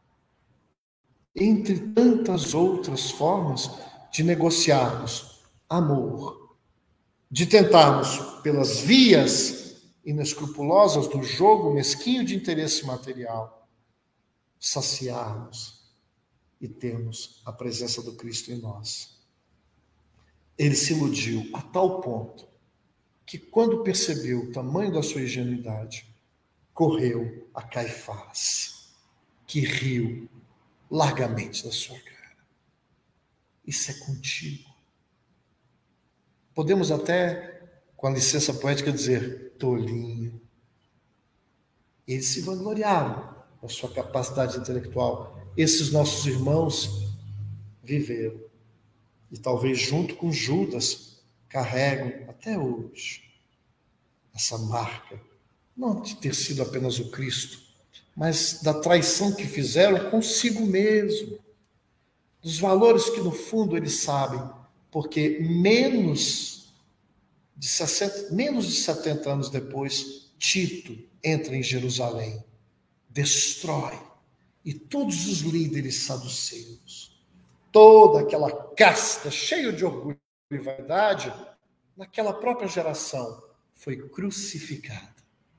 Entre tantas outras formas de negociarmos amor, de tentarmos pelas vias inescrupulosas do jogo mesquinho de interesse material, saciarmos e termos a presença do Cristo em nós. Ele se iludiu a tal ponto que, quando percebeu o tamanho da sua ingenuidade, correu a Caifás, que riu largamente da sua cara. Isso é contigo. Podemos até, com a licença poética, dizer tolinho. Eles se vangloriaram da sua capacidade intelectual. Esses nossos irmãos viveram. E talvez junto com Judas carregam até hoje essa marca, não de ter sido apenas o Cristo, mas da traição que fizeram consigo mesmo, dos valores que no fundo eles sabem, porque menos de 70 anos depois, Tito entra em Jerusalém, destrói, e todos os líderes saduceus, toda aquela casta cheia de orgulho e vaidade, naquela própria geração, foi crucificada.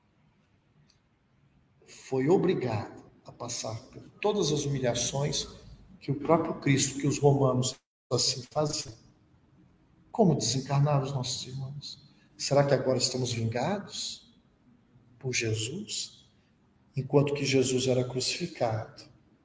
Foi obrigado a passar por todas as humilhações que o próprio Cristo, que os romanos assim faziam. Como desencarnar os nossos irmãos? Será que agora estamos vingados por Jesus? Enquanto que Jesus era crucificado,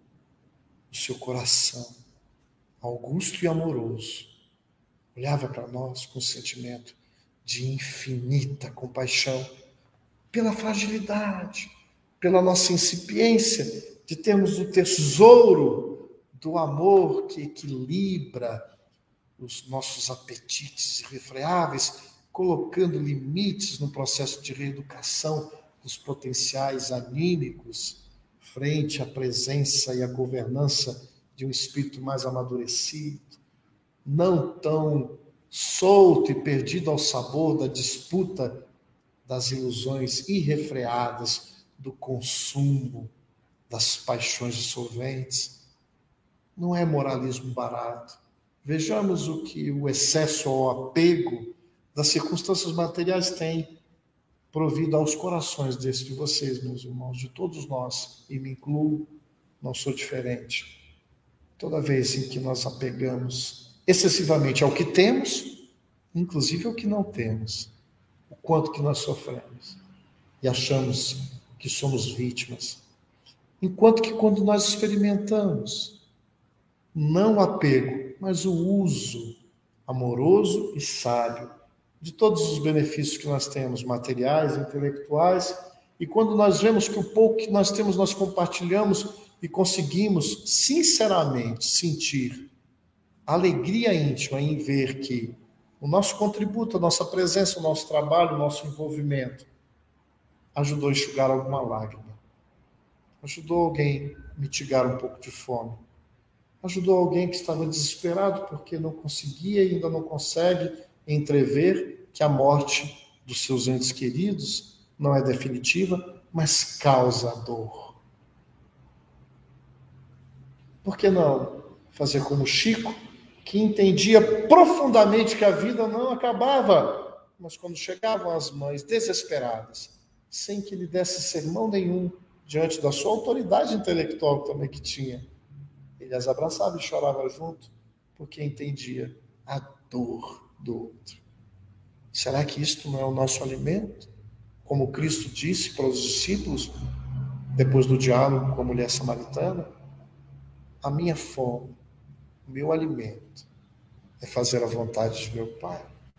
o seu coração augusto e amoroso olhava para nós com um sentimento de infinita compaixão pela fragilidade, pela nossa incipiência de termos o tesouro do amor que equilibra os nossos apetites irrefreáveis, colocando limites no processo de reeducação dos potenciais anímicos frente à presença e à governança de um espírito mais amadurecido, não tão solto e perdido ao sabor da disputa das ilusões irrefreadas do consumo, das paixões dissolventes. Não é moralismo barato. Vejamos o que o excesso ou apego das circunstâncias materiais tem provido aos corações desses de vocês, meus irmãos, de todos nós, e me incluo, não sou diferente. Toda vez em que nós apegamos excessivamente ao que temos, inclusive ao que não temos, o quanto que nós sofremos e achamos que somos vítimas. Enquanto que quando nós experimentamos não o apego, mas o uso amoroso e sábio de todos os benefícios que nós temos, materiais, intelectuais, e quando nós vemos que o pouco que nós temos nós compartilhamos e conseguimos sinceramente sentir alegria íntima em ver que o nosso contributo, a nossa presença, o nosso trabalho, o nosso envolvimento ajudou a enxugar alguma lágrima, ajudou alguém a mitigar um pouco de fome, ajudou alguém que estava desesperado porque não conseguia e ainda não consegue entrever que a morte dos seus entes queridos não é definitiva, mas causa dor. Por que não fazer como Chico, que entendia profundamente que a vida não acabava, mas quando chegavam as mães desesperadas, sem que lhe desse sermão nenhum, diante da sua autoridade intelectual também que tinha. Ele as abraçava e chorava junto, porque entendia a dor do outro. Será que isto não é o nosso alimento? Como Cristo disse para os discípulos, depois do diálogo com a mulher samaritana, a minha fome, o meu alimento é fazer a vontade de meu Pai.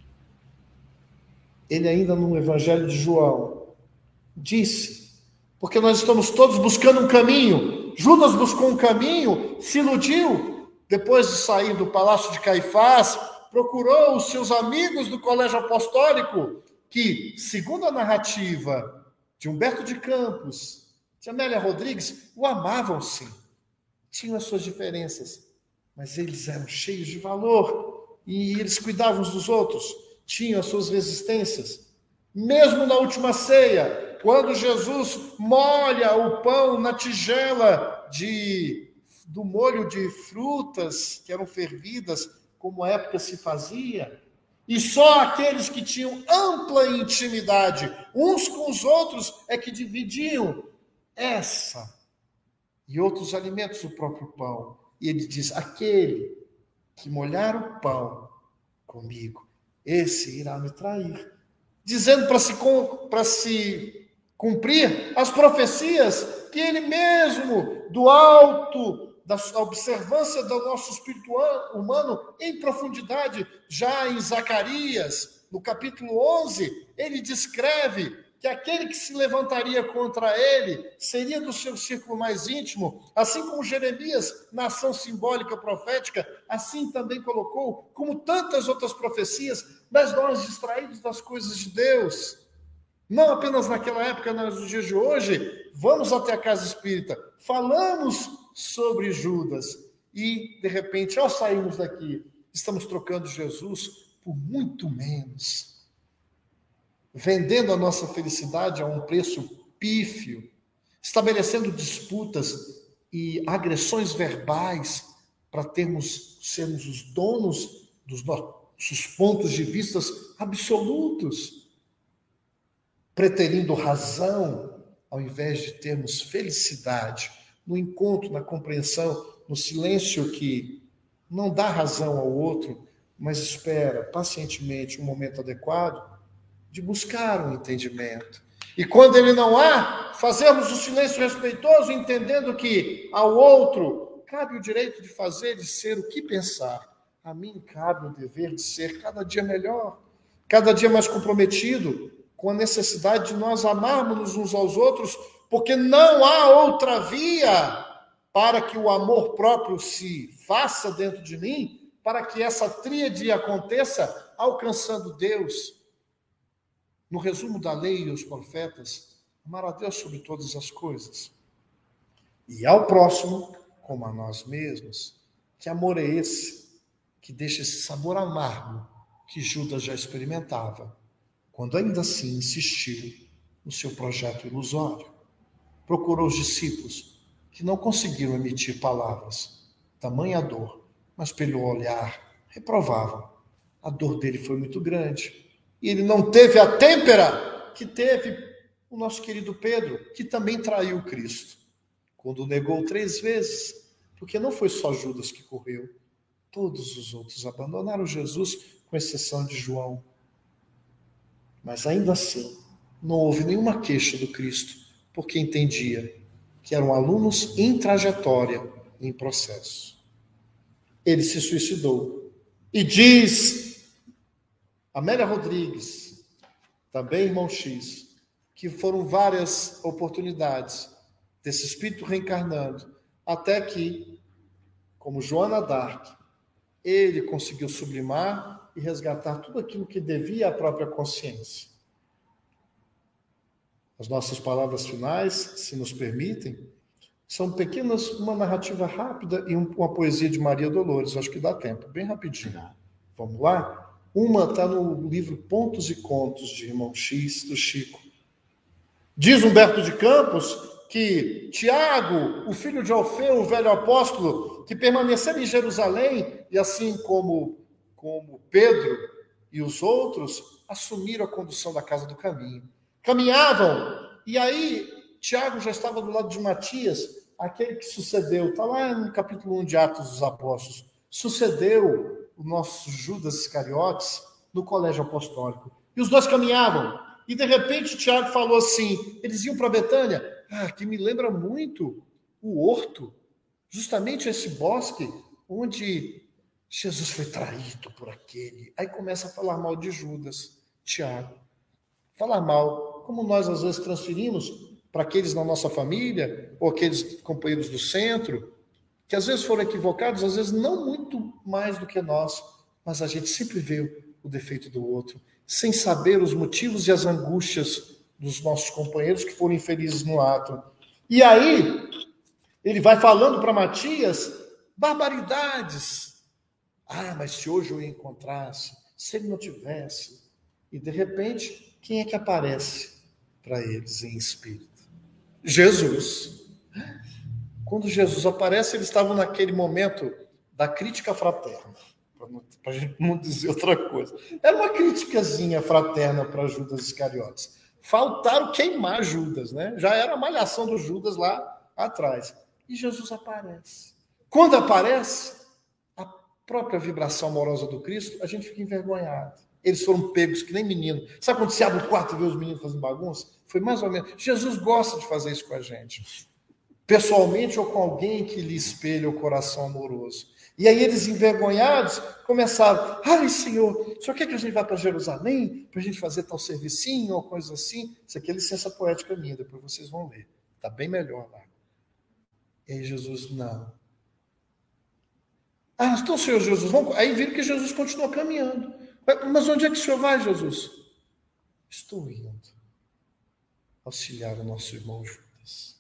Ele ainda no Evangelho de João disse, porque nós estamos todos buscando um caminho. Judas buscou um caminho, se iludiu, depois de sair do palácio de Caifás, procurou os seus amigos do colégio apostólico, que, segundo a narrativa de Humberto de Campos, de Amélia Rodrigues, o amavam sim. Tinham as suas diferenças, mas eles eram cheios de valor e eles cuidavam uns dos outros, tinham as suas resistências. Mesmo na última ceia, quando Jesus molha o pão na tigela do molho de frutas que eram fervidas, como à época se fazia, e só aqueles que tinham ampla intimidade uns com os outros é que dividiam essa e outros alimentos, o próprio pão. E ele diz, aquele que molhar o pão comigo, esse irá me trair. Dizendo para se cumprir as profecias que ele mesmo, do alto da observância do nosso espírito humano em profundidade, já em Zacarias, no capítulo 11, ele descreve que aquele que se levantaria contra ele seria do seu círculo mais íntimo, assim como Jeremias, na ação simbólica profética, assim também colocou, como tantas outras profecias, mas nós distraídos das coisas de Deus, não apenas naquela época, mas nos dias de hoje, vamos até a casa espírita, falamos sobre Judas e, de repente, ao sairmos daqui, estamos trocando Jesus por muito menos, vendendo a nossa felicidade a um preço pífio, estabelecendo disputas e agressões verbais para sermos os donos dos nossos pontos de vista absolutos, preterindo razão ao invés de termos felicidade no encontro, na compreensão, no silêncio que não dá razão ao outro, mas espera pacientemente um momento adequado de buscar um entendimento. E quando ele não há, fazermos o silêncio respeitoso, entendendo que ao outro cabe o direito de fazer, de ser o que pensar. A mim cabe o dever de ser cada dia melhor, cada dia mais comprometido com a necessidade de nós amarmos uns aos outros, porque não há outra via para que o amor próprio se faça dentro de mim, para que essa tríade aconteça, alcançando Deus. No resumo da lei e os profetas, amar a Deus sobre todas as coisas. E ao próximo, como a nós mesmos. Que amor é esse que deixa esse sabor amargo que Judas já experimentava, quando ainda assim insistiu no seu projeto ilusório? Procurou os discípulos, que não conseguiram emitir palavras, tamanha dor, mas pelo olhar reprovavam. A dor dele foi muito grande. E ele não teve a têmpera que teve o nosso querido Pedro, que também traiu Cristo, quando negou 3 vezes, porque não foi só Judas que correu, todos os outros abandonaram Jesus, com exceção de João. Mas ainda assim, não houve nenhuma queixa do Cristo, porque entendia que eram alunos em trajetória, em processo. Ele se suicidou. E diz Amélia Rodrigues, também irmão X, que foram várias oportunidades desse espírito reencarnando, até que, como Joana d'Arc, ele conseguiu sublimar e resgatar tudo aquilo que devia à própria consciência. As nossas palavras finais, se nos permitem, são pequenas, uma narrativa rápida e uma poesia de Maria Dolores. Acho que dá tempo, bem rapidinho. Vamos lá? Uma está no livro Pontos e Contos, de Irmão X, do Chico. Diz Humberto de Campos que Tiago, o filho de Alfeu, o velho apóstolo, que permaneceram em Jerusalém, e assim como Pedro e os outros, assumiram a condução da casa do caminho. Caminhavam, e aí Tiago já estava do lado de Matias, aquele que sucedeu, está lá no capítulo 1 de Atos dos Apóstolos, sucedeu o nosso Judas Iscariotes no colégio apostólico. E os dois caminhavam. E, de repente, Tiago falou assim, eles iam para Betânia, que me lembra muito o horto, justamente esse bosque onde Jesus foi traído por aquele. Aí começa a falar mal de Judas, Tiago. Falar mal, como nós às vezes transferimos para aqueles na nossa família, ou aqueles companheiros do centro, que às vezes foram equivocados, às vezes não muito mais do que nós, mas a gente sempre vê o defeito do outro, sem saber os motivos e as angústias dos nossos companheiros que foram infelizes no ato. E aí, ele vai falando para Matias barbaridades. Mas se hoje eu encontrasse, se ele não tivesse. E de repente, quem é que aparece para eles em espírito? Jesus. Quando Jesus aparece, eles estavam naquele momento da crítica fraterna, para a gente não dizer outra coisa. Era uma criticazinha fraterna para Judas Iscariotes. Faltaram queimar Judas, né? Já era a malhação do Judas lá atrás. E Jesus aparece. Quando aparece, a própria vibração amorosa do Cristo, a gente fica envergonhado. Eles foram pegos que nem menino. Sabe quando você abre o quarto e vê os meninos fazendo bagunça? Foi mais ou menos. Jesus gosta de fazer isso com a gente. Pessoalmente ou com alguém que lhe espelha o coração amoroso. E aí eles, envergonhados, começaram, Senhor, o senhor quer que a gente vá para Jerusalém, para a gente fazer tal servicinho ou coisa assim? Isso aqui é licença poética minha, depois vocês vão ler. Está bem melhor lá. E aí Jesus, não. Então, Senhor Jesus, vamos... Aí viram que Jesus continuou caminhando. Mas onde é que o senhor vai, Jesus? Estou indo auxiliar o nosso irmão Judas.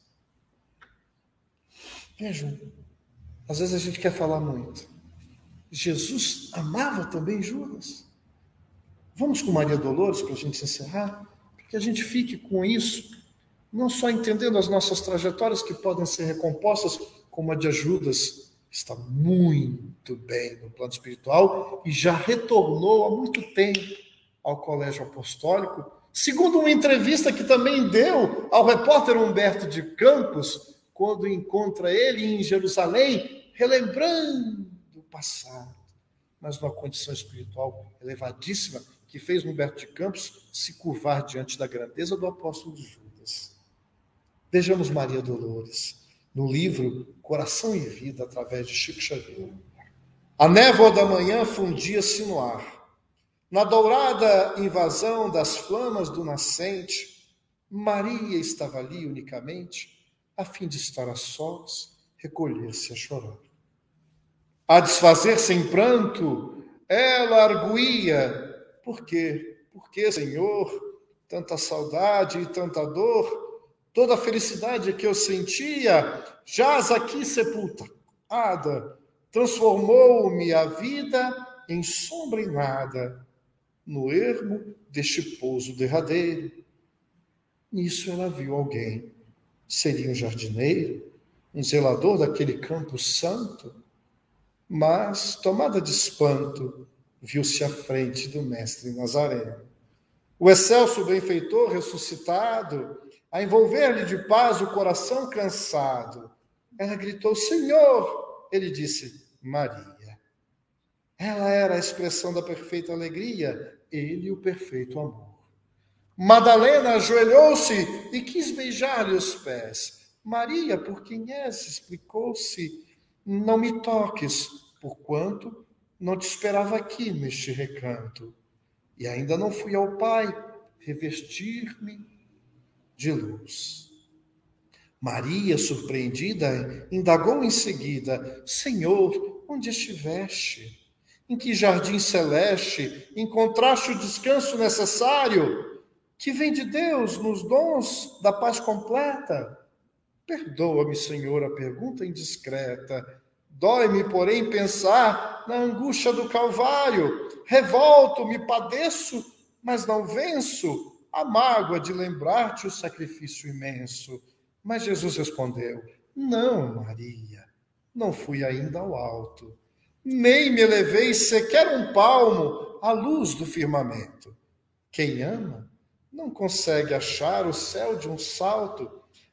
Vejam, às vezes a gente quer falar muito. Jesus amava também Judas. Vamos com Maria Dolores para a gente encerrar, para que a gente fique com isso, não só entendendo as nossas trajetórias que podem ser recompostas, como a de Judas, que está muito bem no plano espiritual e já retornou há muito tempo ao colégio apostólico, segundo uma entrevista que também deu ao repórter Humberto de Campos, quando encontra ele em Jerusalém, relembrando o passado, mas numa condição espiritual elevadíssima, que fez Humberto de Campos se curvar diante da grandeza do apóstolo Judas. Vejamos Maria Dolores, no livro Coração e Vida, através de Chico Xavier. A névoa da manhã fundia-se no ar. Na dourada invasão das flamas do nascente, Maria estava ali unicamente, a fim de estar a sós, recolher-se a chorar. A desfazer-se em pranto, ela arguía, por quê? Por que, Senhor, tanta saudade e tanta dor? Toda a felicidade que eu sentia, jaz aqui sepultada, transformou-me a vida em sombra e nada, no ermo deste pouso derradeiro. Nisso ela viu alguém. Seria um jardineiro, um zelador daquele campo santo, mas, tomada de espanto, viu-se à frente do mestre Nazareno. O excelso benfeitor ressuscitado, a envolver-lhe de paz o coração cansado. Ela gritou, Senhor! Ele disse, Maria. Ela era a expressão da perfeita alegria, ele o perfeito amor. Madalena ajoelhou-se e quis beijar-lhe os pés. Maria, por quem és? Explicou-se. Não me toques, porquanto não te esperava aqui neste recanto. E ainda não fui ao Pai revestir-me de luz. Maria, surpreendida, indagou em seguida, Senhor, onde estiveste? Em que jardim celeste encontraste o descanso necessário? Que vem de Deus nos dons da paz completa? Perdoa-me, Senhor, a pergunta indiscreta. Dói-me, porém, pensar na angústia do Calvário. Revolto-me, padeço, mas não venço a mágoa de lembrar-te o sacrifício imenso. Mas Jesus respondeu, não, Maria, não fui ainda ao alto, nem me elevei sequer um palmo à luz do firmamento. Quem ama não consegue achar o céu de um salto.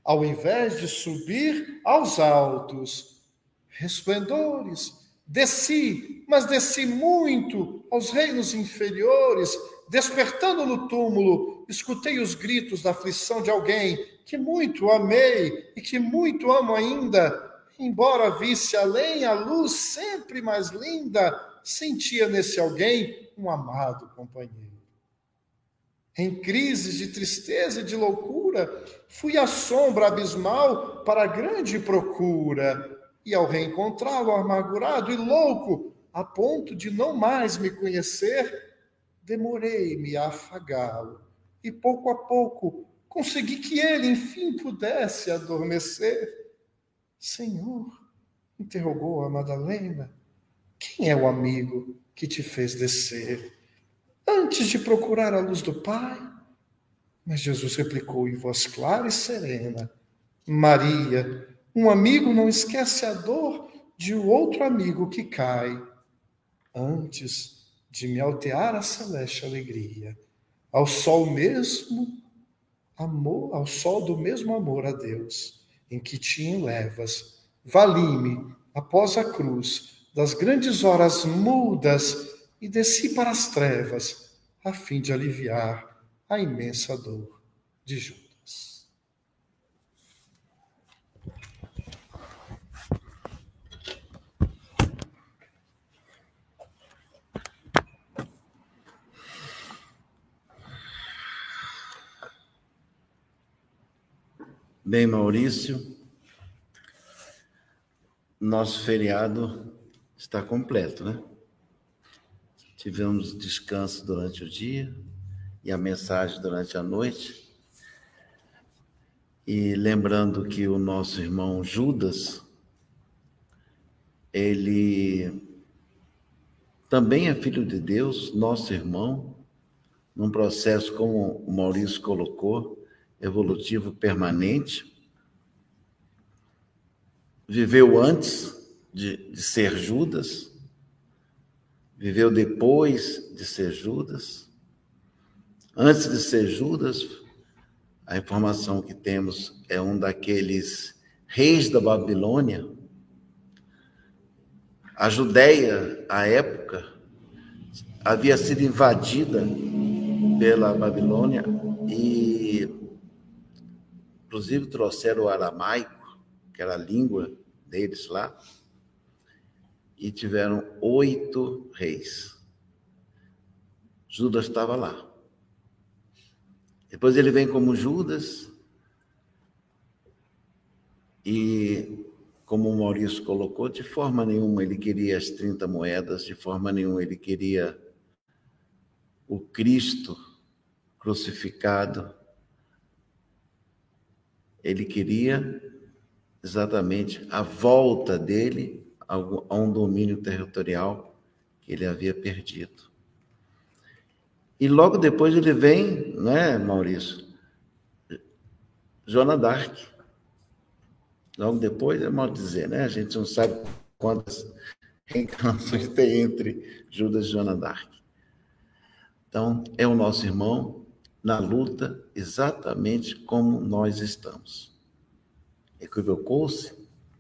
ao invés de subir aos altos resplendores. Desci, mas desci muito aos reinos inferiores, despertando no túmulo, escutei os gritos da aflição de alguém que muito amei e que muito amo ainda. Embora visse além a luz sempre mais linda, sentia nesse alguém um amado companheiro. Em crises de tristeza e de loucura, fui à sombra abismal para a grande procura. E ao reencontrá-lo amargurado e louco, a ponto de não mais me conhecer, demorei-me a afagá-lo. E pouco a pouco consegui que ele, enfim, pudesse adormecer. Senhor, interrogou a Madalena, quem é o amigo que te fez descer antes de procurar a luz do Pai? Mas Jesus replicou em voz clara e serena, Maria, um amigo não esquece a dor de outro amigo que cai, antes de me altear a celeste alegria, ao sol mesmo amor, ao sol do mesmo amor a Deus, em que te enlevas, vali-me após a cruz das grandes horas mudas e desci para as trevas, a fim de aliviar a imensa dor de Judas. Bem, Maurício, nosso feriado está completo, né? Tivemos descanso durante o dia e a mensagem durante a noite. E lembrando que o nosso irmão Judas, ele também é filho de Deus, nosso irmão, num processo, como o Maurício colocou, evolutivo permanente. Viveu antes de ser Judas, viveu depois de ser Judas. Antes de ser Judas, a informação que temos é um daqueles reis da Babilônia. A Judéia, à época, havia sido invadida pela Babilônia e, inclusive, trouxeram o aramaico, que era a língua deles lá, e tiveram 8 reis. Judas estava lá. Depois ele vem como Judas e, como o Maurício colocou, de forma nenhuma ele queria as 30 moedas, de forma nenhuma ele queria o Cristo crucificado. Ele queria exatamente a volta dele a um domínio territorial que ele havia perdido. E logo depois ele vem, não é, Maurício? Joana d'Arc. Logo depois, é mal dizer, né? A gente não sabe quantas reencarnações tem entre Judas e Joana d'Arc. Então, é o nosso irmão na luta exatamente como nós estamos. Equivocou-se?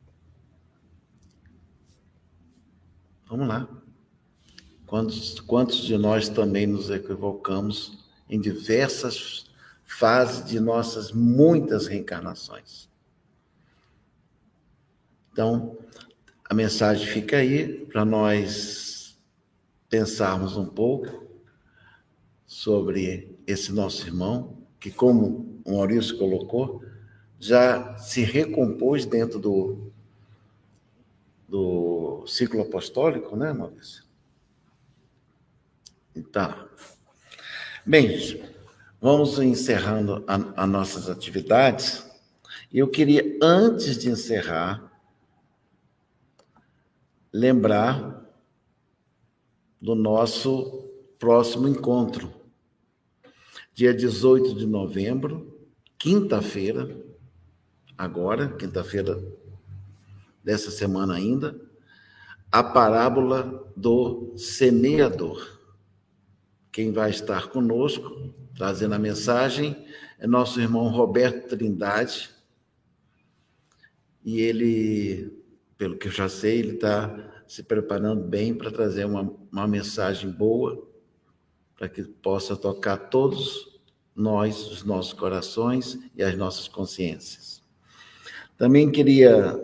Vamos lá. Quantos de nós também nos equivocamos em diversas fases de nossas muitas reencarnações? Então, a mensagem fica aí para nós pensarmos um pouco sobre esse nosso irmão, que, como o Maurício colocou, já se recompôs dentro do ciclo apostólico, né, Maurício? Tá. Bem, vamos encerrando as nossas atividades. Eu queria, antes de encerrar, lembrar do nosso próximo encontro. Dia 18 de novembro, quinta-feira, agora, quinta-feira dessa semana ainda, a parábola do semeador. Quem vai estar conosco, trazendo a mensagem, é nosso irmão Roberto Trindade, e ele, pelo que eu já sei, ele está se preparando bem para trazer uma mensagem boa, para que possa tocar todos nós, os nossos corações e as nossas consciências. Também queria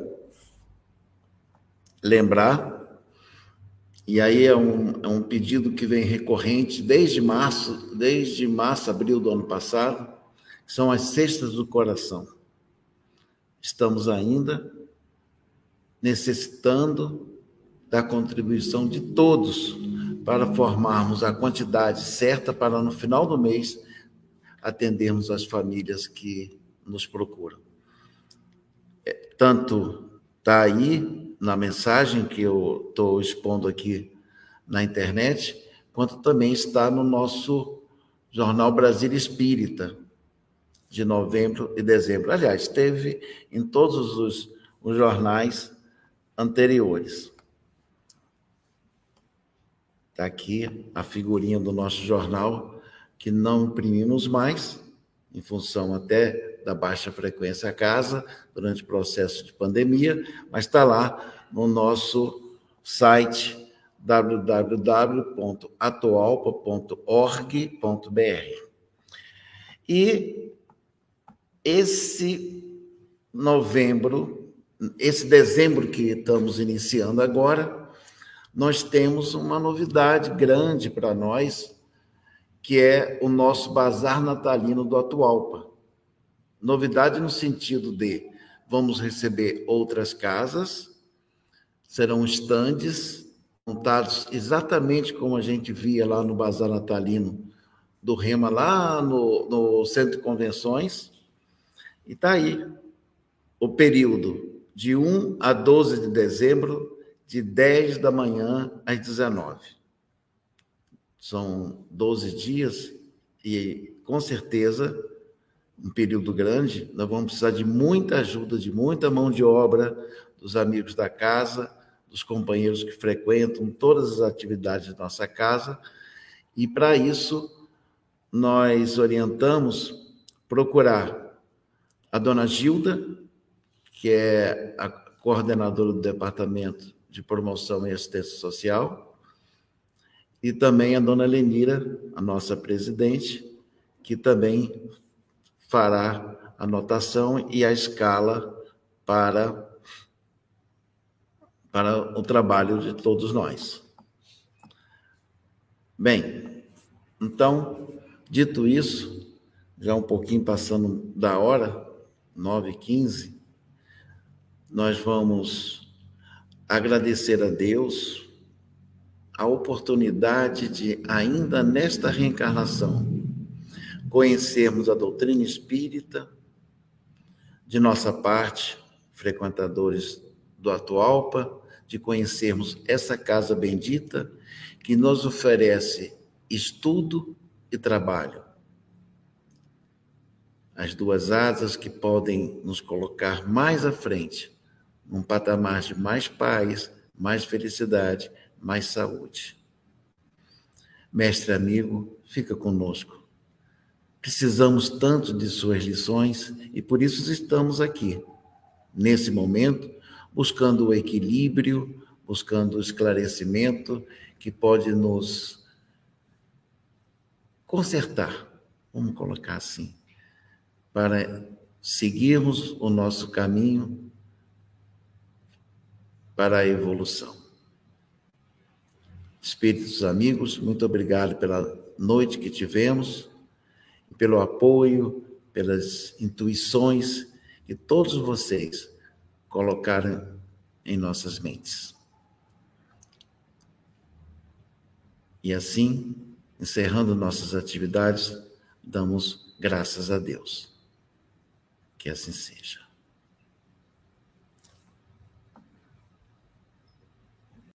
lembrar, e aí é um pedido que vem recorrente desde março, abril do ano passado, que são as cestas do coração. Estamos ainda necessitando da contribuição de todos para formarmos a quantidade certa para, no final do mês, atendermos as famílias que nos procuram. Tanto está aí na mensagem que eu estou expondo aqui na internet, quanto também está no nosso jornal Brasília Espírita, de novembro e dezembro. Aliás, esteve em todos os jornais anteriores. Está aqui a figurinha do nosso jornal, que não imprimimos mais, em função até da baixa frequência à casa, durante o processo de pandemia, mas está lá no nosso site www.atualpa.org.br. E esse dezembro que estamos iniciando agora, nós temos uma novidade grande para nós, que é o nosso Bazar Natalino do Atualpa. Novidade no sentido de vamos receber outras casas, serão estandes montados exatamente como a gente via lá no Bazar Natalino do Rema, lá no Centro de Convenções. E está aí o período de 1 a 12 de dezembro, de 10 da manhã às 19. São 12 dias e, com certeza, um período grande, nós vamos precisar de muita ajuda, de muita mão de obra dos amigos da casa, dos companheiros que frequentam todas as atividades da nossa casa, e para isso nós orientamos procurar a dona Gilda, que é a coordenadora do Departamento de Promoção e Assistência Social, e também a dona Lenira, a nossa presidente, que também fará a anotação e a escala para o trabalho de todos nós. Bem, então, dito isso, já um pouquinho passando da hora, 9h15, nós vamos agradecer a Deus a oportunidade de, ainda nesta reencarnação, conhecermos a doutrina espírita, de nossa parte, frequentadores do Atualpa, de conhecermos essa casa bendita que nos oferece estudo e trabalho. As duas asas que podem nos colocar mais à frente, num patamar de mais paz, mais felicidade, mais saúde. Mestre amigo, fica conosco. Precisamos tanto de suas lições e por isso estamos aqui, nesse momento, buscando o equilíbrio, buscando o esclarecimento que pode nos consertar, vamos colocar assim, para seguirmos o nosso caminho para a evolução. Espíritos amigos, muito obrigado pela noite que tivemos, pelo apoio, pelas intuições que todos vocês colocaram em nossas mentes. E assim, encerrando nossas atividades, damos graças a Deus. Que assim seja.